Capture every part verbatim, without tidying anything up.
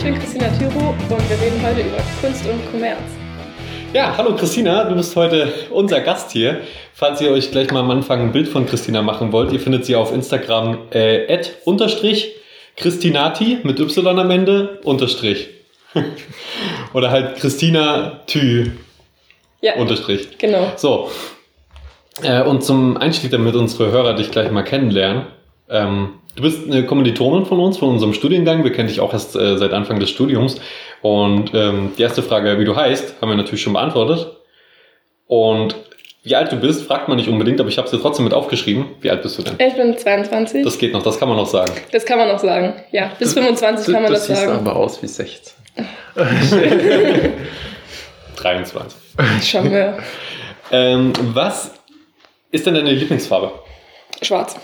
ich bin Christina Thiro und wir reden heute über Kunst und Kommerz. Ja, hallo Christina, du bist heute unser Gast hier. Falls ihr euch gleich mal am Anfang ein Bild von Christina machen wollt, ihr findet sie auf Instagram äh, at unterstrich Christinati mit Y am Ende unterstrich. Oder halt Christina Thü ja, unterstrich. Genau. So. Äh, und zum Einstieg, damit unsere Hörer dich gleich mal kennenlernen. Ähm, du bist eine Kommilitonin von uns, von unserem Studiengang. Wir kennen dich auch erst äh, seit Anfang des Studiums. Und ähm, die erste Frage, wie du heißt, haben wir natürlich schon beantwortet. Und wie alt du bist, fragt man nicht unbedingt, aber ich habe es dir trotzdem mit aufgeschrieben. Wie alt bist du denn? Ich bin zweiundzwanzig. Das geht noch, das kann man noch sagen. Das kann man noch sagen, ja. Bis fünfundzwanzig kann man das, das sagen. Du siehst aber aus wie sechzehn. dreiundzwanzig. Schon mehr. ähm, was ist denn deine Lieblingsfarbe? Schwarz.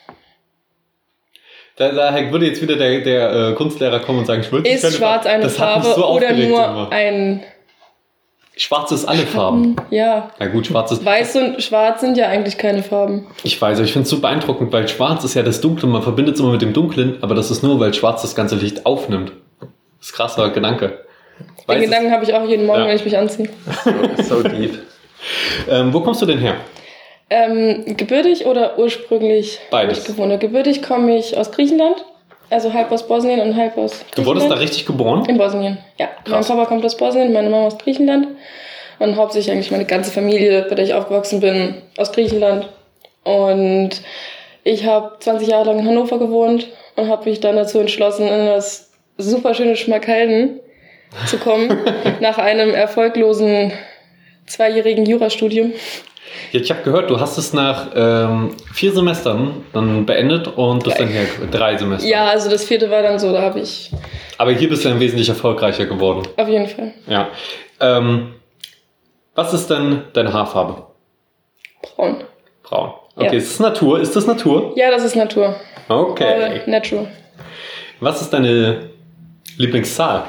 Da, da würde jetzt wieder der, der äh, Kunstlehrer kommen und sagen, ich würde Ist schwarz eine Farbe so oder nur immer. ein... Schwarz ist alle Farben. Ja. Na gut, schwarz ist... Weiß und schwarz sind ja eigentlich keine Farben. Ich weiß, aber ich finde es so beeindruckend, weil schwarz ist ja das Dunkle, man verbindet es immer mit dem Dunklen, aber das ist nur, weil schwarz das ganze Licht aufnimmt. Das ist ein krasser Gedanke. Den weiß Gedanken habe ich auch jeden Morgen, ja. wenn ich mich anziehe. So, so deep. ähm, wo kommst du denn her? Ähm, gebürtig oder ursprünglich? Beides. Gewohnt. Gebürtig komme ich aus Griechenland, also halb aus Bosnien und halb aus Griechenland. Du wurdest da richtig geboren? In Bosnien, ja. Krass. Mein Papa kommt aus Bosnien, meine Mama aus Griechenland und hauptsächlich eigentlich meine ganze Familie, bei der ich aufgewachsen bin, aus Griechenland. Und ich habe zwanzig Jahre lang in Hannover gewohnt und habe mich dann dazu entschlossen, in das super schöne Schmalkalden zu kommen, nach einem erfolglosen zweijährigen Jurastudium. Ja, ich habe gehört, du hast es nach ähm, vier Semestern dann beendet und bist Geil. dann hier drei Semester. Ja, also das vierte war dann so, da habe ich... Aber hier bist du dann wesentlich erfolgreicher geworden. Auf jeden Fall. Ja. Ähm, was ist denn deine Haarfarbe? Braun. Braun. Okay, Ja. ist das Natur? Ist das Natur? Ja, das ist Natur. Okay. All natural. Was ist deine Lieblingszahl?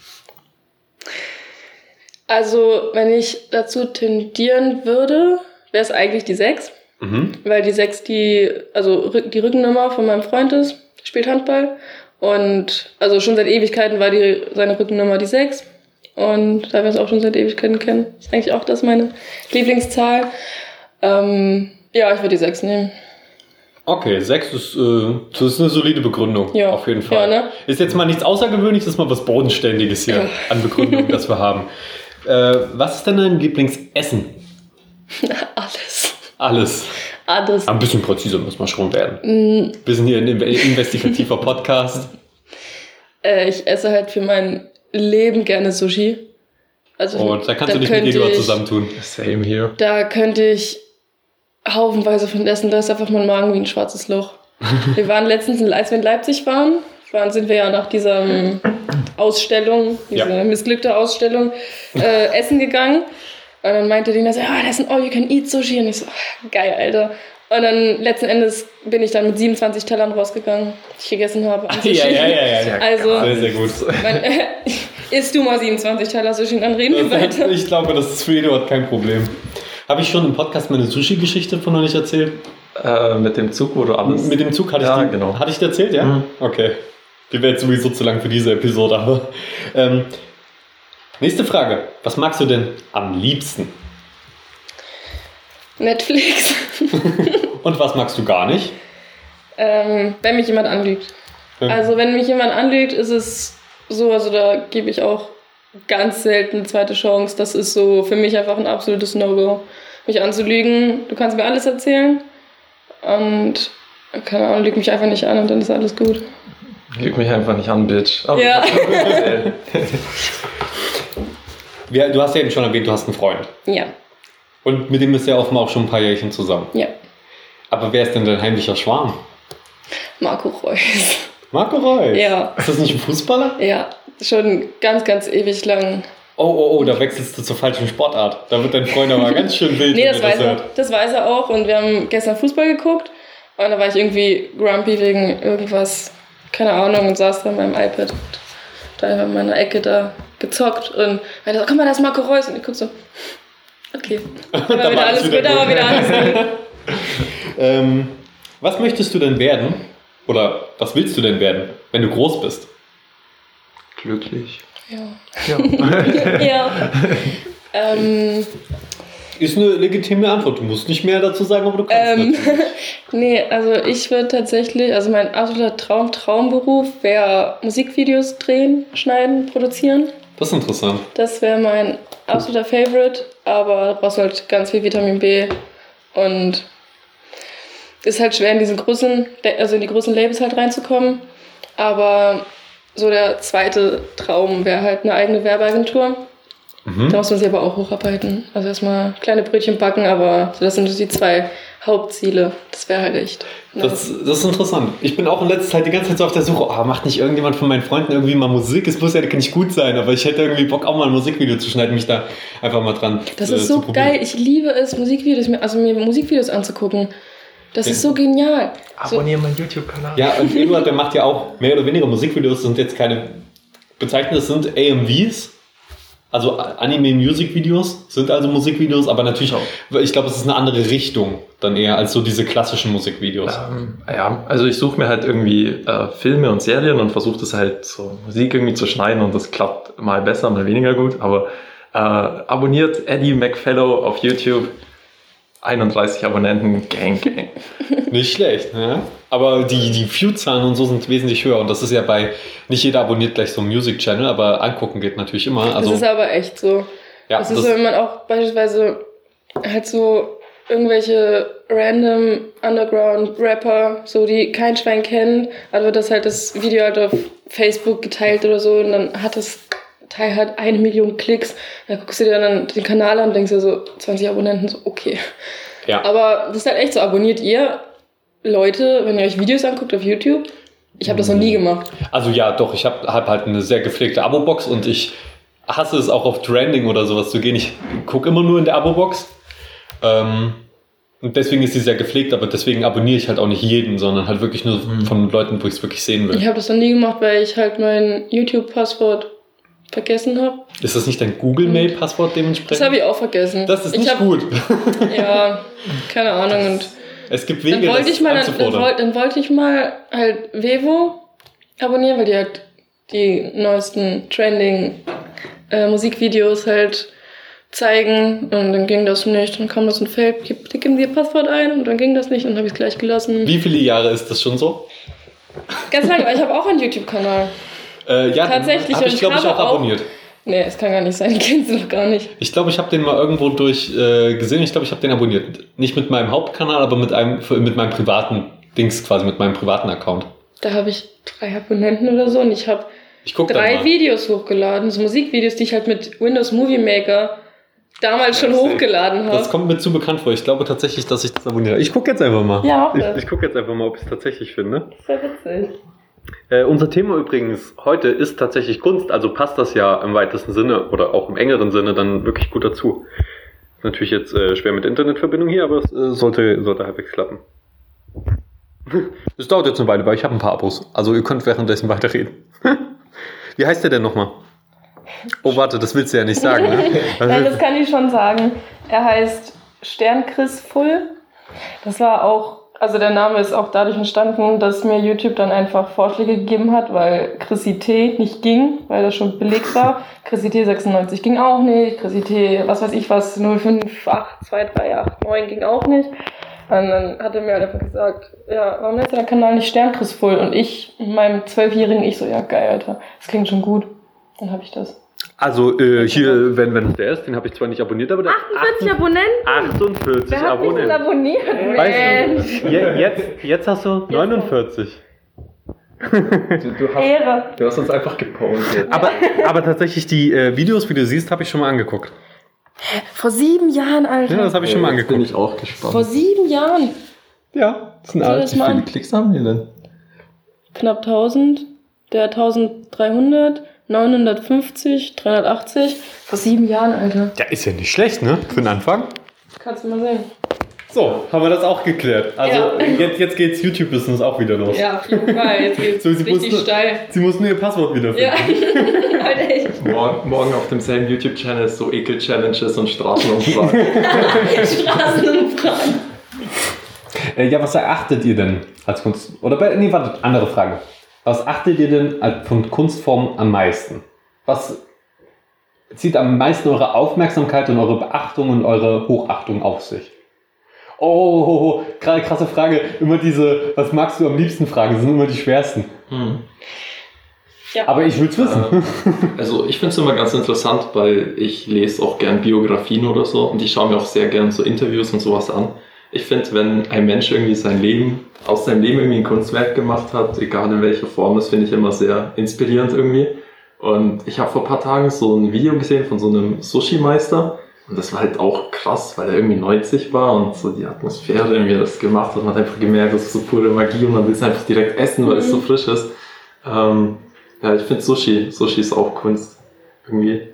Also, wenn ich dazu tendieren würde, wäre es eigentlich die sechs. Mhm. Weil die sechs die, also die Rückennummer von meinem Freund ist, der spielt Handball. Und also schon seit Ewigkeiten war die, seine Rückennummer die sechs. Und da wir es auch schon seit Ewigkeiten kennen, ist eigentlich auch das meine Lieblingszahl. Ähm, ja, ich würde die sechs nehmen. Okay, sechs ist, äh, das ist eine solide Begründung. Ja. Auf jeden Fall. Ja, ne? Ist jetzt mal nichts Außergewöhnliches, ist mal was Bodenständiges hier Ja. an Begründung, das wir haben. Äh, was ist denn dein Lieblingsessen? Alles. Alles. Alles. Ein bisschen präziser muss man schon werden. Mm. Wir sind hier ein investigativer Podcast. Äh, ich esse halt für mein Leben gerne Sushi. Also Und da kannst da du dich mit könnte Eduard ich- zusammentun. Same here. Da könnte ich haufenweise von essen. Da ist einfach mein Magen wie ein schwarzes Loch. Wir waren letztens, in- als wir in Leipzig waren, waren sind wir ja nach dieser ähm, Ausstellung, diese Ja. missglückte Ausstellung, äh, essen gegangen. Und dann meinte Dina so, ja, das ist ein All-You-Can-Eat-Sushi. Und ich so, geil, Alter. Und dann letzten Endes bin ich dann mit siebenundzwanzig Tellern rausgegangen, die ich gegessen habe. an Sushi. Ja, ja, ja, ja. ja. Also, Sehr, sehr gut. mein, äh, isst du mal siebenundzwanzig Teller Sushi und dann reden wir Das, weiter. ich glaube, das ist für Eduard kein Problem. Habe ich schon im Podcast meine Sushi-Geschichte von euch erzählt? Äh, mit dem Zug, wo du alles... Mit dem Zug hatte Ja, ich die, genau. Hatte ich die erzählt, ja? Mhm. Okay. Die wäre jetzt sowieso zu lang für diese Episode, aber... Ähm, nächste Frage. Was magst du denn am liebsten? Netflix. Und was magst du gar nicht? ähm, wenn mich jemand anlügt. Ja. Also wenn mich jemand anlügt, ist es so, also da gebe ich auch ganz selten eine zweite Chance. Das ist so für mich einfach ein absolutes No-Go. Mich anzulügen, du kannst mir alles erzählen und, keine Ahnung, lüg mich einfach nicht an und dann ist alles gut. Lüg mich einfach nicht an, Bitch. Aber Ja. Wir, du hast ja eben schon erwähnt, du hast einen Freund. Ja, Und mit dem bist du ja offenbar auch schon ein paar Jährchen zusammen. ja. Aber wer ist denn dein heimlicher Schwarm? Marco Reus. Marco Reus? Ja. Ist das nicht ein Fußballer? Ja, schon ganz, ganz ewig lang. Oh, oh, oh, da wechselst du zur falschen Sportart. Da wird dein Freund aber ganz schön wild. Nee, wenn das er weiß er. hört. Das weiß er auch. Und wir haben gestern Fußball geguckt. Und da war ich irgendwie grumpy wegen irgendwas, keine Ahnung, und saß da in meinem iPad. Und da einfach in meiner Ecke da gezockt. Und meinte so, komm mal, das ist Marco Reus. Und ich guck so, okay. Da war Da wieder war alles alles wieder gut, da war gut. wieder alles gut. Ähm, was möchtest du denn werden? Oder was willst du denn werden, wenn du groß bist? Glücklich. Ja. Ja. ja. ähm, Ist eine legitime Antwort. Du musst nicht mehr dazu sagen, aber du kannst ähm, natürlich. Nee, also ich würde tatsächlich, also mein absoluter Traum, Traumberuf wäre Musikvideos drehen, schneiden, produzieren. Das ist interessant. Das wäre mein absoluter Favorite, aber da brauchst du halt ganz viel Vitamin B und ist halt schwer in diesen großen, also in die großen Labels halt reinzukommen. Aber so der zweite Traum wäre halt eine eigene Werbeagentur. Mhm. Da muss man sich aber auch hocharbeiten. Also erstmal kleine Brötchen backen, aber so das sind so die zwei Hauptziele. Das wäre halt echt nice. Das, das ist interessant. Ich bin auch in letzter Zeit die ganze Zeit so auf der Suche, oh, macht nicht irgendjemand von meinen Freunden irgendwie mal Musik? Es muss ja nicht gut sein, aber ich hätte irgendwie Bock, auch mal ein Musikvideo zu schneiden, mich da einfach mal dran Das äh, ist so geil. Ich liebe es, Musikvideos, also mir Musikvideos anzugucken. Das ist so genial. Abonniere meinen YouTube-Kanal. Ja, und Eduard, der macht ja auch mehr oder weniger Musikvideos, sind jetzt keine bezeichneten, das sind A M Vs, also Anime-Music-Videos, sind also Musikvideos, aber natürlich auch, ich glaube, es ist eine andere Richtung dann eher als so diese klassischen Musikvideos. Ähm, ja, also ich suche mir halt irgendwie äh, Filme und Serien und versuche das halt so Musik irgendwie zu schneiden und das klappt mal besser, mal weniger gut, aber äh, abonniert Eddie McFellow auf YouTube. einunddreißig Abonnenten, Gang, Gang. Nicht schlecht, ne? Aber die, die View-Zahlen und so sind wesentlich höher. Und das ist ja bei, nicht jeder abonniert gleich so einen Music-Channel, aber angucken geht natürlich immer. Also, das ist aber echt so. Ja, das ist das so, wenn man auch beispielsweise halt so irgendwelche random Underground-Rapper, so die kein Schwein kennt, aber wird das halt das Video halt auf Facebook geteilt oder so und dann hat das Teil halt eine Million Klicks. Dann guckst du dir dann den Kanal an und denkst dir so, zwanzig Abonnenten, so okay. Ja. Aber das ist halt echt so, abonniert ihr Leute, wenn ihr euch Videos anguckt auf YouTube? Ich habe das noch nie gemacht. Also ja, doch, ich habe hab halt eine sehr gepflegte Abo-Box und ich hasse es auch auf Trending oder sowas zu gehen. Ich gucke immer nur in der Abo-Box. Ähm, und deswegen ist sie sehr gepflegt, aber deswegen abonniere ich halt auch nicht jeden, sondern halt wirklich nur mhm. von Leuten, wo ich es wirklich sehen will. Ich habe das noch nie gemacht, weil ich halt mein YouTube-Passwort vergessen habe. Ist das nicht dein Google-Mail-Passwort dementsprechend? Das habe ich auch vergessen. Das ist ich nicht hab, gut. Ja, keine Ahnung. Und es gibt Wege, dann wollte das ich mal, anzufordern. Dann, dann, dann wollte ich mal halt Vevo abonnieren, weil die halt die neuesten Trending äh, Musikvideos halt zeigen und dann ging das nicht. Dann kam das ein Feld, gib, gib dir Passwort ein und dann ging das nicht und dann habe ich es gleich gelassen. Wie viele Jahre ist das schon so? Ganz lange, weil ich habe auch einen YouTube-Kanal. Äh, ja, tatsächlich. Habe ich, glaube ich, auch abonniert. Auch, nee, es kann gar nicht sein, die kennst du doch gar nicht. Ich glaube, ich habe den mal irgendwo durch äh, gesehen. Ich glaube, ich habe den abonniert. Nicht mit meinem Hauptkanal, aber mit einem mit meinem privaten Dings quasi, mit meinem privaten Account. Da habe ich drei Abonnenten oder so und ich habe drei Videos hochgeladen, so Musikvideos, die ich halt mit Windows Movie Maker damals schon hochgeladen habe. Das kommt mir zu bekannt vor. Ich glaube tatsächlich, dass ich das abonniere. Ich gucke jetzt einfach mal. Ja, auch Ich, ich gucke jetzt einfach mal, ob ich es tatsächlich finde. Sehr witzig. Äh, unser Thema übrigens heute ist tatsächlich Kunst, also passt das ja im weitesten Sinne oder auch im engeren Sinne dann wirklich gut dazu. Ist natürlich jetzt äh, schwer mit Internetverbindung hier, aber es äh, sollte, sollte halbwegs klappen. Es dauert jetzt eine Weile, weil ich habe ein paar Abos. Also ihr könnt währenddessen weiterreden. Wie heißt der denn nochmal? Oh, warte, das willst du ja nicht sagen, ne? Nein, das kann ich schon sagen. Er heißt Sternchris Full. Das war auch, also der Name ist auch dadurch entstanden, dass mir YouTube dann einfach Vorschläge gegeben hat, weil Chrissy T nicht ging, weil das schon belegt war. Chrissy T sechsundneunzig ging auch nicht. Chrissy T, was weiß ich was, null fünf acht zwei drei acht neun ging auch nicht. Und dann hat er mir halt einfach gesagt, ja, warum heißt der Kanal nicht Sternchris Full? Und ich, in meinem zwölfjährigen Ich so, ja geil, Alter, das klingt schon gut. Dann habe ich das. Also äh, hier, wenn, wenn es der ist, den habe ich zwar nicht abonniert, aber der achtundvierzig Abonnenten? achtundvierzig Wer hat Abonnenten. mich denn abonniert? Weißt du, je, jetzt, jetzt hast du neunundvierzig. Du, du, hast, Ehre. du hast uns einfach gepostet. Aber, aber tatsächlich die äh, Videos, wie du siehst, habe ich schon mal angeguckt. Vor sieben Jahren, Alter. Ja, das habe ich schon mal Jetzt angeguckt. bin ich auch gespannt. Vor sieben Jahren. Ja, das ist ein Soll Alt. das Wie mal viele an? Klicks haben die denn? Knapp tausend. Der dreizehnhundert. neunhundertfünfzig. dreihundertachtzig. Vor sieben Jahren, Alter. Ja, ist ja nicht schlecht, ne? Für den Anfang. Kannst du mal sehen. So, haben wir das auch geklärt. Also Ja. jetzt, jetzt geht's YouTube-Business auch wieder los. Ja, auf jeden Fall. Jetzt geht's So, sie richtig musste- steil. Sie mussten ihr Passwort wiederfinden. Ja, Alter, echt. Morgen, morgen auf demselben YouTube-Channel so Ekel-Challenges und Straßenumfragen. Straßenumfragen. Äh, ja, was erachtet ihr denn als Kunst? Oder bei, nee, warte, andere Frage. Was achtet ihr denn von Kunstformen am meisten? Was zieht am meisten eure Aufmerksamkeit und eure Beachtung und eure Hochachtung auf sich? Oh, gerade krasse Frage. Immer diese, was magst du am liebsten Fragen, sind immer die schwersten. Hm. Ja. Aber ich will es wissen. Äh, also ich finde es immer ganz interessant, weil ich lese auch gern Biografien oder so und ich schaue mir auch sehr gern so Interviews und sowas an. Ich finde, wenn ein Mensch irgendwie sein Leben, aus seinem Leben irgendwie ein Kunstwerk gemacht hat, egal in welcher Form, das finde ich immer sehr inspirierend irgendwie. Und ich habe vor ein paar Tagen so ein Video gesehen von so einem Sushi-Meister und das war halt auch krass, weil er irgendwie neunzig war und so die Atmosphäre, irgendwie das gemacht hat, man hat einfach gemerkt, das ist so pure Magie und man will es einfach direkt essen, weil es so frisch ist. Ähm, Ja, ich finde Sushi. Sushi ist auch Kunst. Irgendwie.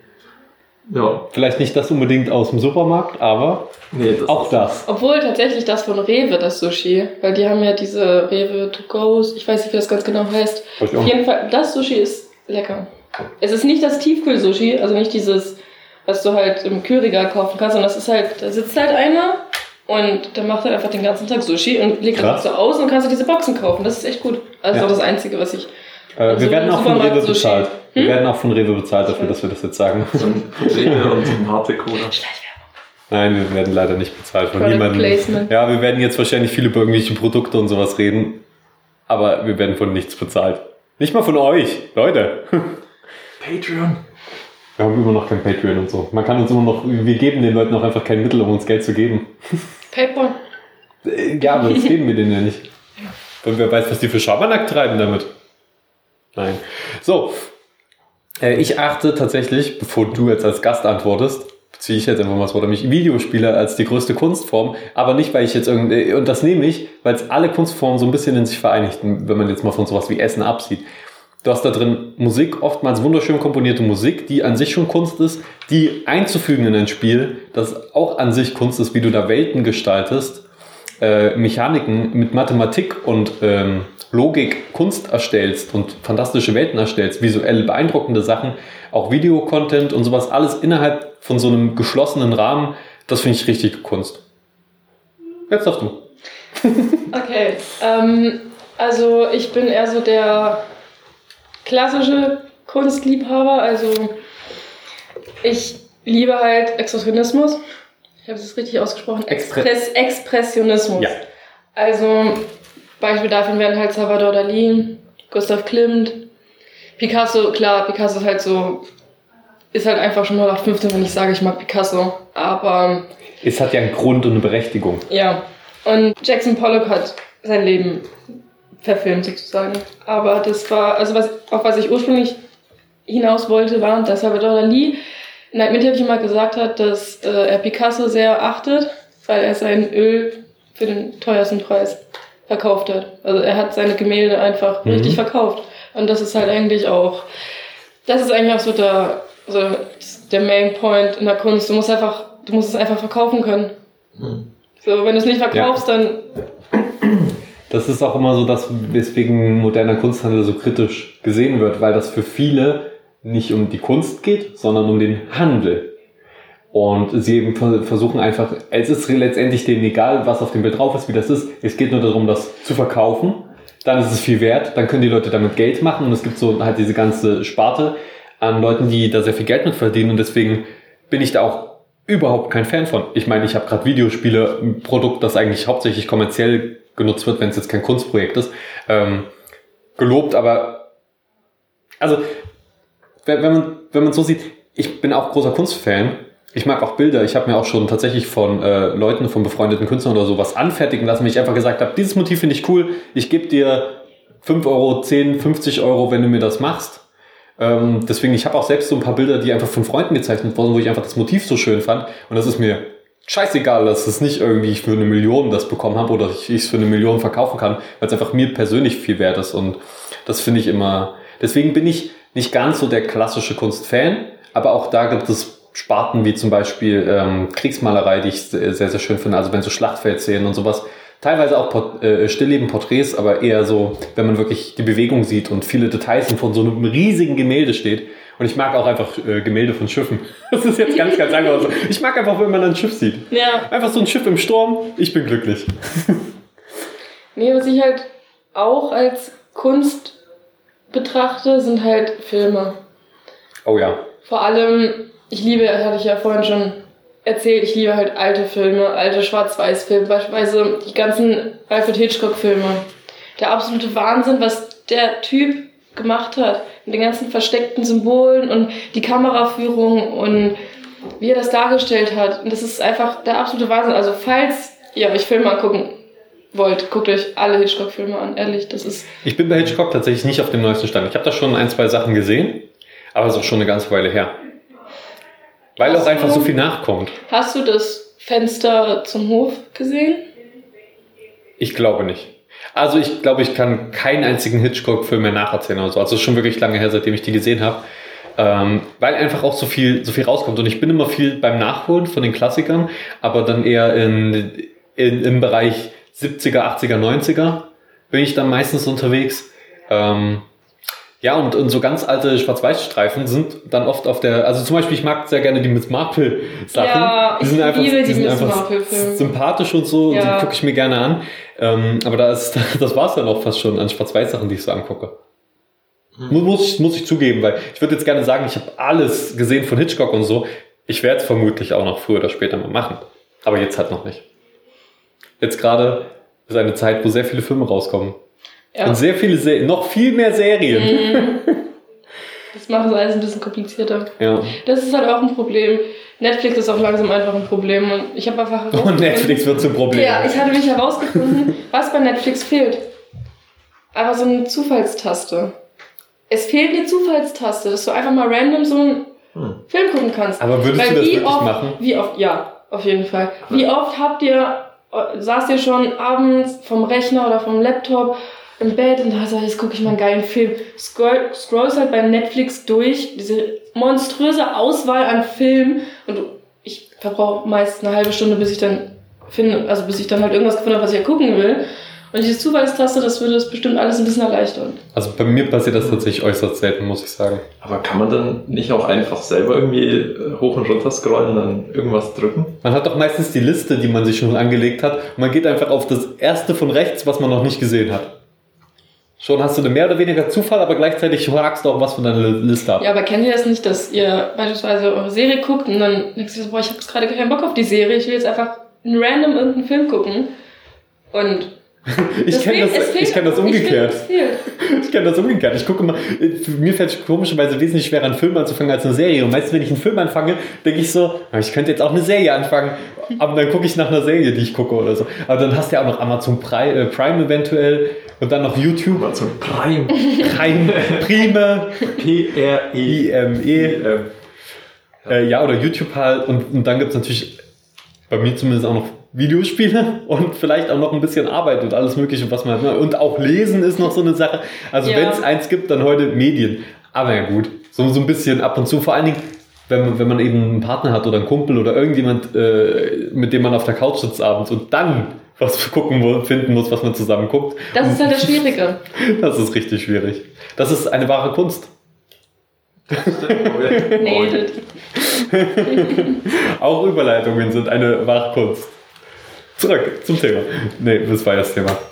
Ja. Vielleicht nicht das unbedingt aus dem Supermarkt, aber nee, das auch das. Obwohl tatsächlich das von Rewe, das Sushi. Weil die haben ja diese Rewe to go's. Ich weiß nicht, wie das ganz genau heißt. Auf jeden Fall, das Sushi ist lecker. Es ist nicht das Tiefkühl-Sushi, also nicht dieses, was du halt im Kühlregal kaufen kannst, sondern das ist halt, da sitzt halt einer und der macht halt einfach den ganzen Tag Sushi und legt das so aus und kannst du diese Boxen kaufen. Das ist echt gut. Also ja. Das ist auch das Einzige, was ich... Äh, also wir werden auch von Rewe Sushi. bezahlt. Hm? Wir werden auch von Rewe bezahlt dafür, okay. dass wir das jetzt sagen. Und Rewe und Mate Cola. Nein, wir werden leider nicht bezahlt von Product niemandem. Placement. Ja, wir werden jetzt wahrscheinlich viel über irgendwelche Produkte und sowas reden, aber wir werden von nichts bezahlt. Nicht mal von euch, Leute. Patreon. Wir haben immer noch kein Patreon und so. Man kann uns immer noch, wir geben den Leuten auch einfach kein Mittel, um uns Geld zu geben. Paypal. Ja, aber das geben wir denen ja nicht. Und wer weiß, was die für Schabernack treiben damit. Nein. So, äh, ich achte tatsächlich, bevor du jetzt als Gast antwortest, beziehe ich jetzt einfach mal das Wort an mich, Videospiele als die größte Kunstform, aber nicht, weil ich jetzt irgendwie, und das nehme ich, weil es alle Kunstformen so ein bisschen in sich vereinigten, wenn man jetzt mal von sowas wie Essen absieht. Du hast da drin Musik, oftmals wunderschön komponierte Musik, die an sich schon Kunst ist, die einzufügen in ein Spiel, das auch an sich Kunst ist, wie du da Welten gestaltest, äh, Mechaniken mit Mathematik und ähm, Logik Kunst erstellst und fantastische Welten erstellst, visuell beeindruckende Sachen, auch Videocontent und sowas, alles innerhalb von so einem geschlossenen Rahmen, das finde ich richtig Kunst. Jetzt darfst du. Okay, ähm, also ich bin eher so der klassische Kunstliebhaber, also ich liebe halt Expressionismus. Ich habe es richtig ausgesprochen. Express, Expressionismus. Ja. Also Beispiel dafür wären halt Salvador Dalí, Gustav Klimt, Picasso. Klar, Picasso ist halt so, ist halt einfach schon null acht fünfzehn, wenn ich sage, ich mag Picasso. Aber es hat ja einen Grund und eine Berechtigung. Ja. Und Jackson Pollock hat sein Leben verfilmt sozusagen. Aber das war, also was, auf was ich ursprünglich hinaus wollte, war, dass Salvador Dalí in einem Interview mal gesagt hat, dass äh, er Picasso sehr achtet, weil er sein Öl für den teuersten Preis verkauft hat. Also er hat seine Gemälde einfach mhm. richtig verkauft. Und das ist halt eigentlich auch, das ist eigentlich auch so der, so der Main Point in der Kunst. Du musst einfach, du musst es einfach verkaufen können. Mhm. So, wenn du es nicht verkaufst, ja. dann... Das ist auch immer so das, weswegen moderner Kunsthandel so kritisch gesehen wird, weil das für viele nicht um die Kunst geht, sondern um den Handel. Und sie eben versuchen einfach, es ist letztendlich denen egal, was auf dem Bild drauf ist, wie das ist. Es geht nur darum, das zu verkaufen. Dann ist es viel wert, dann können die Leute damit Geld machen und es gibt so halt diese ganze Sparte an Leuten, die da sehr viel Geld mit verdienen und deswegen bin ich da auch überhaupt kein Fan von. Ich meine, ich habe gerade Videospiele, ein Produkt, das eigentlich hauptsächlich kommerziell genutzt wird, wenn es jetzt kein Kunstprojekt ist, ähm, gelobt, aber also wenn, wenn man wenn man so sieht, ich bin auch großer Kunstfan. Ich mag auch Bilder. Ich habe mir auch schon tatsächlich von äh, Leuten, von befreundeten Künstlern oder sowas anfertigen lassen, wenn ich einfach gesagt habe, dieses Motiv finde ich cool, ich gebe dir fünf Euro, zehn, fünfzig Euro, wenn du mir das machst. Ähm, deswegen, ich habe auch selbst so ein paar Bilder, die einfach von Freunden gezeichnet wurden, wo ich einfach das Motiv so schön fand. Und das ist mir scheißegal, dass es nicht irgendwie ich für eine Million das bekommen habe oder ich es für eine Million verkaufen kann, weil es einfach mir persönlich viel wert ist. Und das finde ich immer... Deswegen bin ich nicht ganz so der klassische Kunstfan, aber auch da gibt es Sparten wie zum Beispiel ähm, Kriegsmalerei, die ich sehr, sehr schön finde, also wenn so Schlachtfeldszenen und sowas, teilweise auch Port- äh, Stillleben-Porträts, aber eher so, wenn man wirklich die Bewegung sieht und viele Details von so einem riesigen Gemälde steht. Und ich mag auch einfach äh, Gemälde von Schiffen. Das ist jetzt ganz, ganz einfach so. Ich mag einfach, wenn man ein Schiff sieht. Ja. Einfach so ein Schiff im Sturm, ich bin glücklich. Nee, was ich halt auch als Kunst betrachte, sind halt Filme. Oh ja. Vor allem, ich liebe, hatte ich ja vorhin schon erzählt, ich liebe halt alte Filme, alte Schwarz-Weiß-Filme, beispielsweise die ganzen Alfred Hitchcock-Filme. Der absolute Wahnsinn, was der Typ gemacht hat, mit den ganzen versteckten Symbolen und die Kameraführung und wie er das dargestellt hat. Und das ist einfach der absolute Wahnsinn. Also falls ihr euch Filme angucken wollt, guckt euch alle Hitchcock-Filme an, ehrlich, das ist... Ich bin bei Hitchcock tatsächlich nicht auf dem neuesten Stand. Ich habe da schon ein, zwei Sachen gesehen, aber es ist auch schon eine ganze Weile her. Weil Hast auch einfach du- so viel nachkommt. Hast du das Fenster zum Hof gesehen? Ich glaube nicht. Also ich glaube, ich kann keinen einzigen Hitchcock-Film mehr nacherzählen oder so. Also es ist schon wirklich lange her, seitdem ich die gesehen habe. Ähm, weil einfach auch so viel, so viel rauskommt. Und ich bin immer viel beim Nachholen von den Klassikern, aber dann eher in, in, im Bereich siebziger, achtziger, neunziger bin ich dann meistens unterwegs. Ähm, ja, und, und so ganz alte Schwarz-Weiß-Streifen sind dann oft auf der, also zum Beispiel, ich mag sehr gerne die Miss Marple-Sachen. Ja, die sind ich einfach, liebe die die sind Miss einfach Marple-Filme. sympathisch und so, Ja. die gucke ich mir gerne an. Ähm, aber da ist, das war's dann auch fast schon an Schwarz-Weiß-Sachen, die ich so angucke. Muss, muss, ich, muss ich zugeben, weil ich würde jetzt gerne sagen, ich habe alles gesehen von Hitchcock und so. Ich werde es vermutlich auch noch früher oder später mal machen. Aber jetzt halt noch nicht. Jetzt gerade ist eine Zeit, wo sehr viele Filme rauskommen. Ja. Und sehr viele Serien, noch viel mehr Serien. Das macht es alles ein bisschen komplizierter. Ja. Das ist halt auch ein Problem. Netflix ist auch langsam einfach ein Problem und ich habe einfach herausgefunden... Und Netflix wird zum Problem. Ja, ich hatte mich herausgefunden, was bei Netflix fehlt. Aber so eine Zufallstaste. Es fehlt eine Zufallstaste, dass du einfach mal random so einen Hm. Film gucken kannst. Aber würdest Weil du das wie wirklich oft, machen? Wie oft, ja, auf jeden Fall. Wie oft habt ihr, äh, saßt ihr schon abends vom Rechner oder vom Laptop im Bett und da sagst, jetzt gucke ich mal einen geilen Film. Scroll, scrollst halt bei Netflix durch, diese monströse Auswahl an Filmen und du, ich verbrauche meist eine halbe Stunde, bis ich dann finde, also bis ich dann halt irgendwas gefunden habe, was ich ja gucken will. Und diese Zufallstaste, das würde das bestimmt alles ein bisschen erleichtern. Also bei mir passiert das tatsächlich äußerst selten, muss ich sagen. Aber kann man dann nicht auch einfach selber irgendwie äh, hoch und runter scrollen und dann irgendwas drücken? Man hat doch meistens die Liste, die man sich schon angelegt hat. Und man geht einfach auf das erste von rechts, was man noch nicht gesehen hat. Schon hast du eine mehr oder weniger Zufall, aber gleichzeitig hakst du auch was von deiner Liste ab. Ja, aber kennt ihr das nicht, dass ihr beispielsweise eure Serie guckt und dann denkst du so, boah, ich habe jetzt gerade keinen Bock auf die Serie, ich will jetzt einfach random irgendeinen Film gucken. Und Ich das kenne fehlt- das, es fehlt- ich kenn das Ich umgekehrt. finde, es fehlt. Ich kenne das umgekehrt. Ich gucke mal, für mir fällt es komischerweise wesentlich schwerer, einen Film anzufangen als eine Serie. Und meistens, wenn ich einen Film anfange, denke ich so, ich könnte jetzt auch eine Serie anfangen. Aber dann gucke ich nach einer Serie, die ich gucke oder so. Aber dann hast du ja auch noch Amazon Prime, äh, Prime eventuell und dann noch YouTube. Mal zum Prime. Prime, Prime, P R E. I M E. Äh, ja, oder YouTube halt. Und, und dann gibt es natürlich bei mir zumindest auch noch Videospiele und vielleicht auch noch ein bisschen Arbeit und alles Mögliche, was man. Und auch Lesen ist noch so eine Sache. Also, Ja. wenn es eins gibt, dann heute Medien. Aber ja, gut. So, so ein bisschen ab und zu. Vor allen Dingen, wenn man, wenn man eben einen Partner hat oder einen Kumpel oder irgendjemand, äh, mit dem man auf der Couch sitzt abends und dann was gucken muss, finden muss, was man zusammen guckt. Das ist halt das Schwierige. Das ist richtig schwierig. Das ist eine wahre Kunst. Nee, das, Auch Überleitungen sind eine wahre Kunst. Zurück zum Thema. Nee, das war ja das Thema.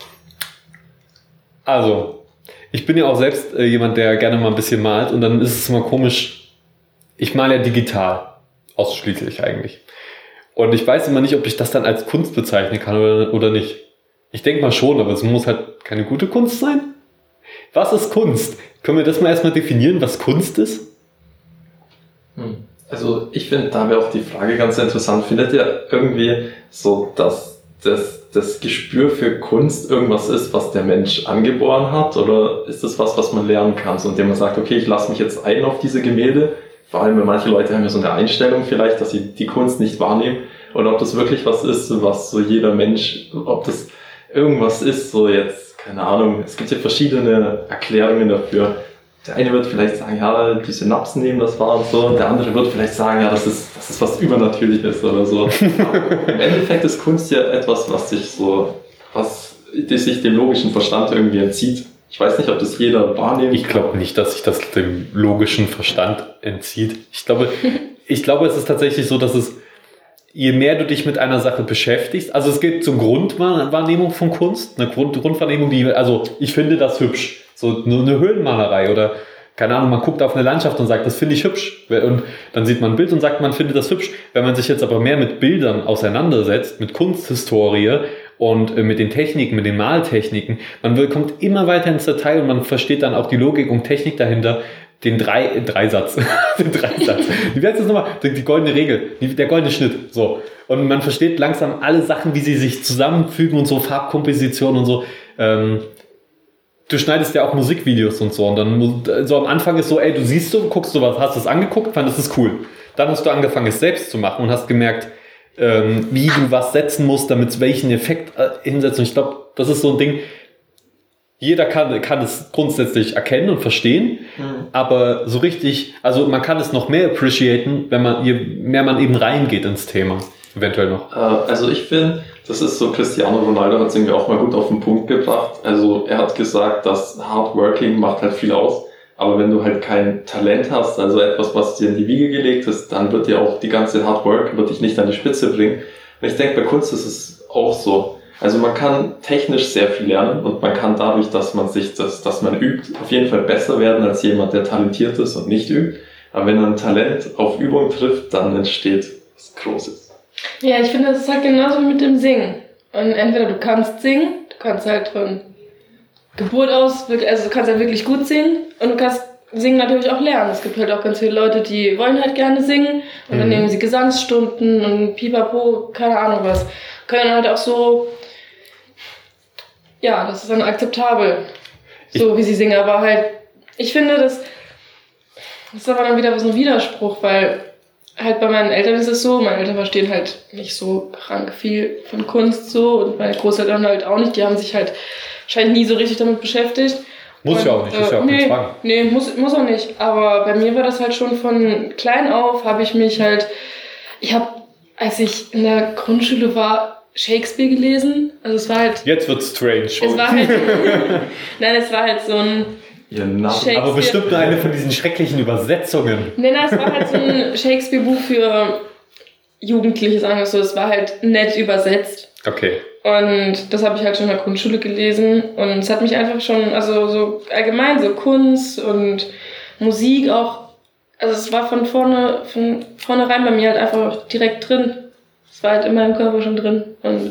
Also, ich bin ja auch selbst äh, jemand, der gerne mal ein bisschen malt und dann ist es immer komisch. Ich male ja digital. Ausschließlich eigentlich. Und ich weiß immer nicht, ob ich das dann als Kunst bezeichnen kann oder, oder nicht. Ich denke mal schon, aber es muss halt keine gute Kunst sein. Was ist Kunst? Können wir das mal erstmal definieren, was Kunst ist? Hm. Also ich finde, da wäre auch die Frage ganz interessant. Findet ihr irgendwie so, dass das, das Gespür für Kunst irgendwas ist, was der Mensch angeboren hat? Oder ist das was, was man lernen kann? So, indem man sagt, okay, ich lasse mich jetzt ein auf diese Gemälde. Vor allem, weil manche Leute haben ja so eine Einstellung vielleicht, dass sie die Kunst nicht wahrnehmen. Oder ob das wirklich was ist, was so jeder Mensch, ob das irgendwas ist, so jetzt, keine Ahnung, es gibt ja verschiedene Erklärungen dafür. Der eine wird vielleicht sagen, ja, die Synapsen nehmen das wahr und so. Der andere wird vielleicht sagen, ja, das ist, das ist was Übernatürliches oder so. Aber im Endeffekt ist Kunst ja etwas, was sich so, was das sich dem logischen Verstand irgendwie entzieht. Ich weiß nicht, ob das jeder wahrnehmen Ich glaube nicht, dass sich das dem logischen Verstand entzieht. Ich glaube, ich glaube, es ist tatsächlich so, dass es je mehr du dich mit einer Sache beschäftigst, also es geht zur Grundwahrnehmung von Kunst, eine Grund, Grundwahrnehmung, die, also ich finde das hübsch, so eine Höhlenmalerei oder keine Ahnung, man guckt auf eine Landschaft und sagt, das finde ich hübsch. Und dann sieht man ein Bild und sagt, man findet das hübsch. Wenn man sich jetzt aber mehr mit Bildern auseinandersetzt, mit Kunsthistorie und mit den Techniken, mit den Maltechniken, man kommt immer weiter ins Detail und man versteht dann auch die Logik und Technik dahinter, den drei, Dreisatz, den Dreisatz. Wie heißt das nochmal? Die, die goldene Regel, die, der goldene Schnitt, so. Und man versteht langsam alle Sachen, wie sie sich zusammenfügen und so, Farbkomposition und so. Ähm, Du schneidest ja auch Musikvideos und so und dann so am Anfang ist so, ey, du siehst so, guckst du was, hast du es angeguckt, fandest es cool. Dann hast du angefangen, es selbst zu machen und hast gemerkt, ähm, wie du was setzen musst, damit es welchen Effekt äh, hinsetzt. Und ich glaube, das ist so ein Ding, jeder kann, kann es grundsätzlich erkennen und verstehen, mhm. aber so richtig, also man kann es noch mehr appreciaten, wenn man, je mehr man eben reingeht ins Thema. Eventuell noch. Also ich finde, das ist so, Cristiano Ronaldo hat es irgendwie auch mal gut auf den Punkt gebracht. Also er hat gesagt, dass Hard Working macht halt viel aus. Aber wenn du halt kein Talent hast, also etwas, was dir in die Wiege gelegt ist, dann wird dir auch die ganze Hard Work, wird dich nicht an die Spitze bringen. Und ich denke, bei Kunst ist es auch so. Also man kann technisch sehr viel lernen und man kann dadurch, dass man sich das, dass man übt, auf jeden Fall besser werden als jemand, der talentiert ist und nicht übt. Aber wenn ein Talent auf Übung trifft, dann entsteht was Großes. Ja, ich finde, das ist halt genauso wie mit dem Singen. Und entweder du kannst singen, du kannst halt von Geburt aus, wirklich, also du kannst halt wirklich gut singen und du kannst Singen natürlich auch lernen. Es gibt halt auch ganz viele Leute, die wollen halt gerne singen und mhm. dann nehmen sie Gesangsstunden und pipapo, keine Ahnung was. Können halt auch so, ja, das ist dann akzeptabel, so ich, wie sie singen. Aber halt, ich finde, das, das ist aber dann wieder so ein Widerspruch, weil halt bei meinen Eltern ist es so, meine Eltern verstehen halt nicht so krank viel von Kunst so und meine Großeltern halt auch nicht, die haben sich halt wahrscheinlich nie so richtig damit beschäftigt. Muss und, ja auch nicht, ist ja auch nee, kein Zwang. Nee, muss, muss auch nicht, aber bei mir war das halt schon von klein auf, habe ich mich halt, ich habe, als ich in der Grundschule war, Shakespeare gelesen, also es war halt... Jetzt wird's strange. Es war halt, nein, es war halt so ein... Ja, aber bestimmt nur eine von diesen schrecklichen Übersetzungen. Nein, nein, es war halt so ein Shakespeare-Buch für Jugendliche, sagen wir so. Es war halt nett übersetzt. Okay. Und das habe ich halt schon in der Grundschule gelesen. Und es hat mich einfach schon, also so allgemein, so Kunst und Musik auch, also es war von vorne, von vornherein bei mir halt einfach direkt drin. Es war halt in meinem Körper schon drin. Und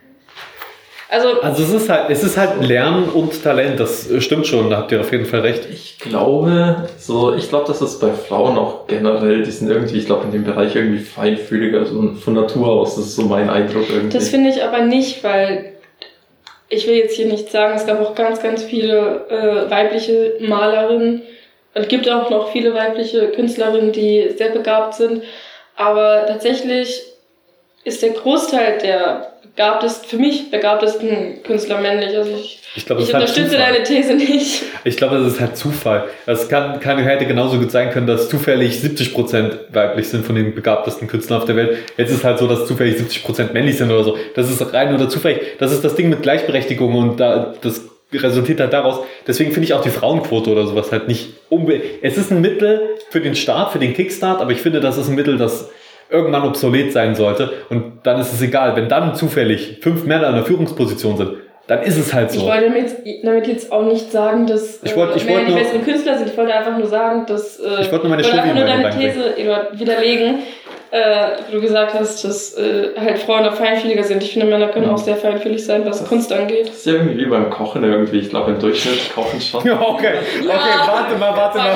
Also, also es ist halt, es ist halt Lernen und Talent, das stimmt schon, da habt ihr auf jeden Fall recht. Ich glaube, so, ich glaube, das ist bei Frauen auch generell, die sind irgendwie, ich glaube, in dem Bereich irgendwie feinfühliger, so von Natur aus, das ist so mein Eindruck irgendwie. Das finde ich aber nicht, weil ich will jetzt hier nicht sagen, es gab auch ganz, ganz viele äh, weibliche Malerinnen und es gibt auch noch viele weibliche Künstlerinnen, die sehr begabt sind, aber tatsächlich ist der Großteil der begabtesten, für mich begabtesten Künstler männlich. Also ich, ich, glaub, ich unterstütze halt deine These nicht. Ich glaube, das ist halt Zufall. Es kann, kann, hätte genauso gut sein können, dass zufällig siebzig Prozent weiblich sind von den begabtesten Künstlern auf der Welt. Jetzt ist halt so, dass zufällig siebzig Prozent männlich sind oder so. Das ist rein oder zufällig. Das ist das Ding mit Gleichberechtigung und da, das resultiert halt daraus. Deswegen finde ich auch die Frauenquote oder sowas halt nicht unbedingt. Es ist ein Mittel für den Start, für den Kickstart, aber ich finde, das ist ein Mittel, das irgendwann obsolet sein sollte und dann ist es egal, wenn dann zufällig fünf Männer in der Führungsposition sind, dann ist es halt so. Ich wollte damit, damit jetzt auch nicht sagen, dass ich wollt, ich äh, Männer die nur, besseren Künstler sind. Ich wollte einfach nur sagen, dass äh, ich wollte nur meine wollte Studie einfach nur deine These widerlegen, äh, wo du gesagt hast, dass äh, halt Frauen da feinfühliger sind. Ich finde, Männer können auch sehr feinfühlig sein, was das Kunst angeht. Das ist ja irgendwie wie beim Kochen irgendwie. Ich glaube, im Durchschnitt kochen schon. Ja, okay, okay, ja, warte mal, warte mal.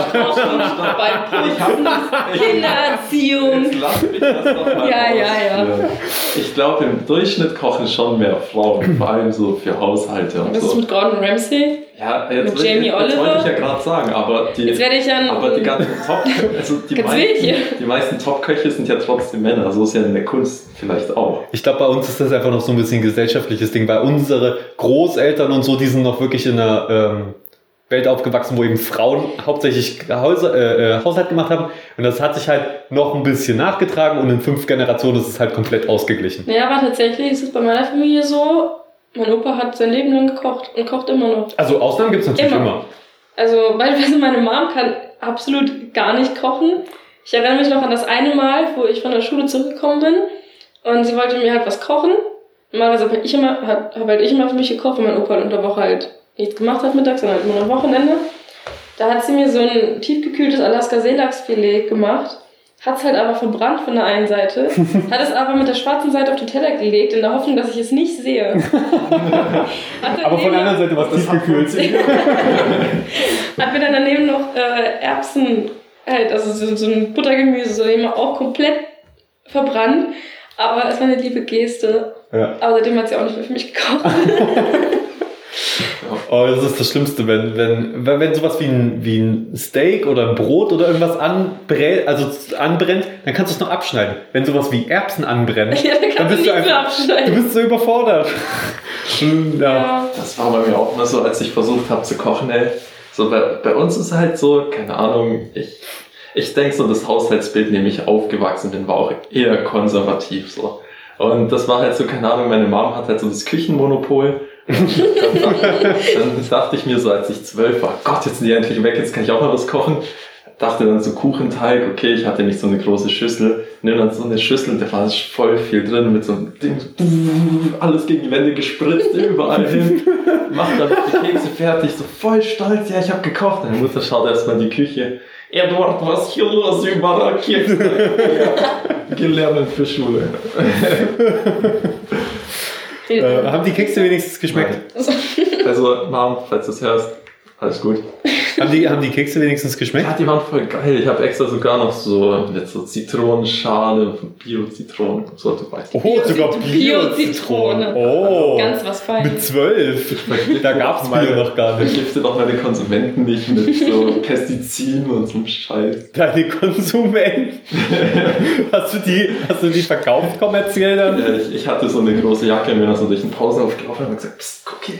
Beim Putzen, Kindererziehung. Jetzt lass mich das doch mal Ja, ja, ja. Ich glaube, im Durchschnitt kochen schon mehr Frauen, vor allem so für Haushalte und was so. Was ist mit Gordon Ramsay? Ja, jetzt, mit Jamie jetzt, Oliver? jetzt wollte ich ja gerade sagen, aber die, jetzt werde ich ja aber die ganzen Top, also die meisten, die meisten Top-Köche sind ja trotzdem Männer, so ist ja in der Kunst vielleicht auch. Ich glaube, bei uns ist das einfach noch so ein bisschen ein gesellschaftliches Ding, weil unsere Großeltern und so, die sind noch wirklich in einer ähm, Welt aufgewachsen, wo eben Frauen hauptsächlich Häuser, äh, Haushalt gemacht haben und das hat sich halt noch ein bisschen nachgetragen und in fünf Generationen ist es halt komplett ausgeglichen. Ja, aber tatsächlich ist es bei meiner Familie so, mein Opa hat sein Leben lang gekocht und kocht immer noch. Also Ausnahmen gibt es natürlich immer. immer. Also beispielsweise meine Mom kann absolut gar nicht kochen. Ich erinnere mich noch an das eine Mal, wo ich von der Schule zurückgekommen bin Und sie wollte mir halt was kochen. Normalerweise habe ich immer, habe halt ich immer für mich gekocht, weil mein Opa unter der Woche halt nichts gemacht hat mittags, sondern halt immer noch Wochenende. Da hat sie mir so ein tiefgekühltes Alaska-Seelachsfilet gemacht. Hat es halt aber verbrannt von der einen Seite, hat es aber mit der schwarzen Seite auf den Teller gelegt, in der Hoffnung, dass ich es nicht sehe. Aber von der anderen Seite war es tiefgekühlt. Hat mir dann daneben noch äh, Erbsen, halt, also so, so ein Buttergemüse, so immer auch komplett verbrannt. Aber es war eine liebe Geste. Ja. Aber seitdem hat sie auch nicht mehr für mich gekocht. Oh, das ist das Schlimmste, wenn, wenn, wenn, wenn sowas wie ein, wie ein Steak oder ein Brot oder irgendwas anbrennt, also anbrennt, dann kannst du es noch abschneiden. Wenn sowas wie Erbsen anbrennen, ja, dann, dann bist du einfach, du bist so überfordert. Ja. Ja. Das war bei mir auch immer so, als ich versucht habe zu kochen, ey. So bei, bei uns ist halt so, keine Ahnung, ich, ich denke so, das Haushaltsbild, in dem ich aufgewachsen bin, war auch eher konservativ so. Und das war halt so, keine Ahnung, meine Mom hat halt so das Küchenmonopol. Dann dachte, dann dachte ich mir so, als ich zwölf war, Gott, jetzt sind die endlich weg, jetzt kann ich auch mal was kochen. Dachte dann so Kuchenteig, okay, ich hatte nicht so eine große Schüssel. Nimm dann so eine Schüssel und da war voll viel drin mit so einem Ding, alles gegen die Wände gespritzt, überall hin. Mach dann die Kekse fertig, so voll stolz, ja, ich hab gekocht. Meine Mutter schaut erstmal in die Küche. Eduard, was hier los? Überall Kekse. Ja, gelernt für Schule. Äh, haben die Kekse wenigstens geschmeckt? Nein. Also, Mom, falls du es hörst, alles gut. Haben die, haben die Kekse wenigstens geschmeckt? Ja, die waren voll geil. Ich habe extra sogar noch so mit so Zitronenschale, Bio-Zitronen. So, du weißt. Oh, sogar Bio-Zitronen. Oh, ganz was Feines. Mit zwölf. Da gab es Bio noch gar nicht. Ich gibst dir doch meine Konsumenten nicht mit so Pestiziden und so einem Scheiß. Deine Konsumenten? Hast du die, hast du die verkauft kommerziell dann? Ja, ich, ich hatte so eine große Jacke und bin dann so durch den Pausen aufgelaufen und habe gesagt, psst, Cookie.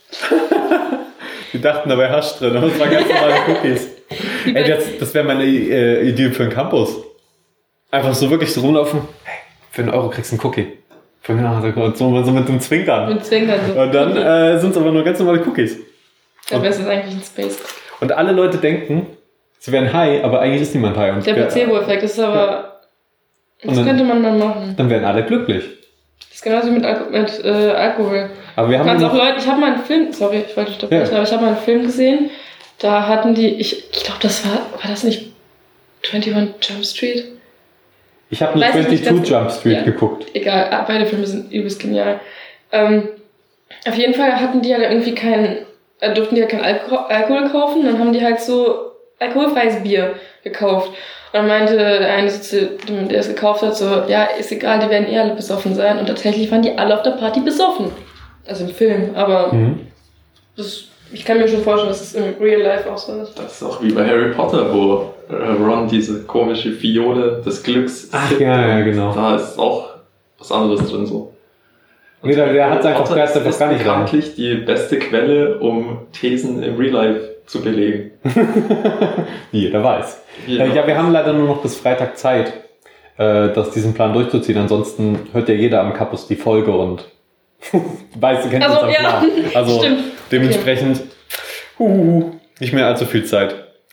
Die dachten, da wäre Hasch drin, aber es waren ganz normale Cookies. Ey, das, das wäre meine äh, Idee für einen Campus. Einfach so wirklich so rumlaufen. Hey, für einen Euro kriegst du einen Cookie. Für einen, so, so mit dem Zwinkern. Mit Zwinkern so. Und dann äh, sind es aber nur ganz normale Cookies. Aber es ist eigentlich ein Space. Und alle Leute denken, sie wären high, aber eigentlich ist niemand high. Und der Placebo-Effekt ist aber... Das dann, könnte man mal machen. Dann wären alle glücklich. Das ist genauso wie mit, Alko- mit äh, Alkohol. Aber wir haben auch Leute, ich habe mal einen Film, sorry, ich wollte dich unterbrechen, ja. aber ich habe mal einen Film gesehen, da hatten die, ich, ich glaube, das war, war das nicht einundzwanzig Jump Street? Ich habe nur zweiundzwanzig Jump Street ja, geguckt. Egal, beide Filme sind übelst genial. Ähm, auf jeden Fall hatten die ja halt irgendwie keinen, äh, durften die ja keinen Alko- Alkohol kaufen, dann haben die halt so alkoholfreies Bier gekauft. Und dann meinte der eine, der es gekauft hat, so, ja, ist egal, die werden eh alle besoffen sein. Und tatsächlich waren die alle auf der Party besoffen. Also im Film, aber mhm. das, ich kann mir schon vorstellen, dass es im Real Life auch so ist. Das ist auch wie bei Harry Potter, wo Ron diese komische Fiole des Glücks Ach ja, ja, genau. Da ist auch was anderes drin so. Und nee, der, der hat es einfach, der hat einfach gar nicht rein. Das ist bekanntlich die beste Quelle, um Thesen im Real Life zu belegen. Wie jeder weiß. Jeder äh, ja, wir haben leider nur noch bis Freitag Zeit, äh, das diesen Plan durchzuziehen. Ansonsten hört ja jeder am Campus die Folge und weiß, du kennst also, uns am ja, Plan. Also stimmt. Dementsprechend uh, nicht mehr allzu viel Zeit.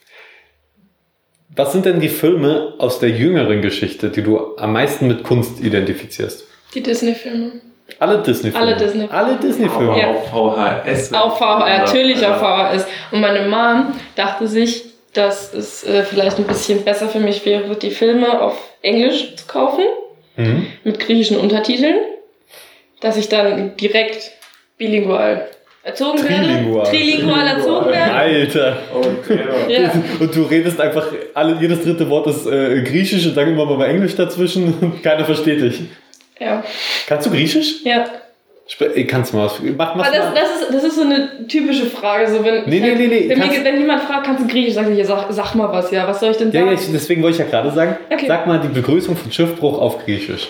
Was sind denn die Filme aus der jüngeren Geschichte, die du am meisten mit Kunst identifizierst? Die Disney-Filme. Alle Disney-Filme? Alle Disney-Filme. Alle Disney-Filme. Ja. Auf V H S. Auf V H S, natürlich auf V H S. Und meine Mom dachte sich, dass es äh, vielleicht ein bisschen besser für mich wäre, die Filme auf Englisch zu kaufen, mhm. mit griechischen Untertiteln, dass ich dann direkt bilingual erzogen Trilingual. werde. Trilingual erzogen werde. Alter. Okay. Ja. Und du redest einfach, alle, jedes dritte Wort ist äh, griechisch und dann immer mal Englisch dazwischen und keiner versteht dich. Ja. Kannst du Griechisch? Ja. Sp- kannst du mal was? Mach, mach das, mal. das, ist, das ist so eine typische Frage. So, wenn, nee, nee, nee, nee. Wenn, mir, wenn jemand fragt, kannst du Griechisch, sag ich, ja, sag, sag mal was, ja. Was soll ich denn sagen? Ja, ja ich, deswegen wollte ich ja gerade sagen, okay. Sag mal die Begrüßung von Schiffbruch auf Griechisch.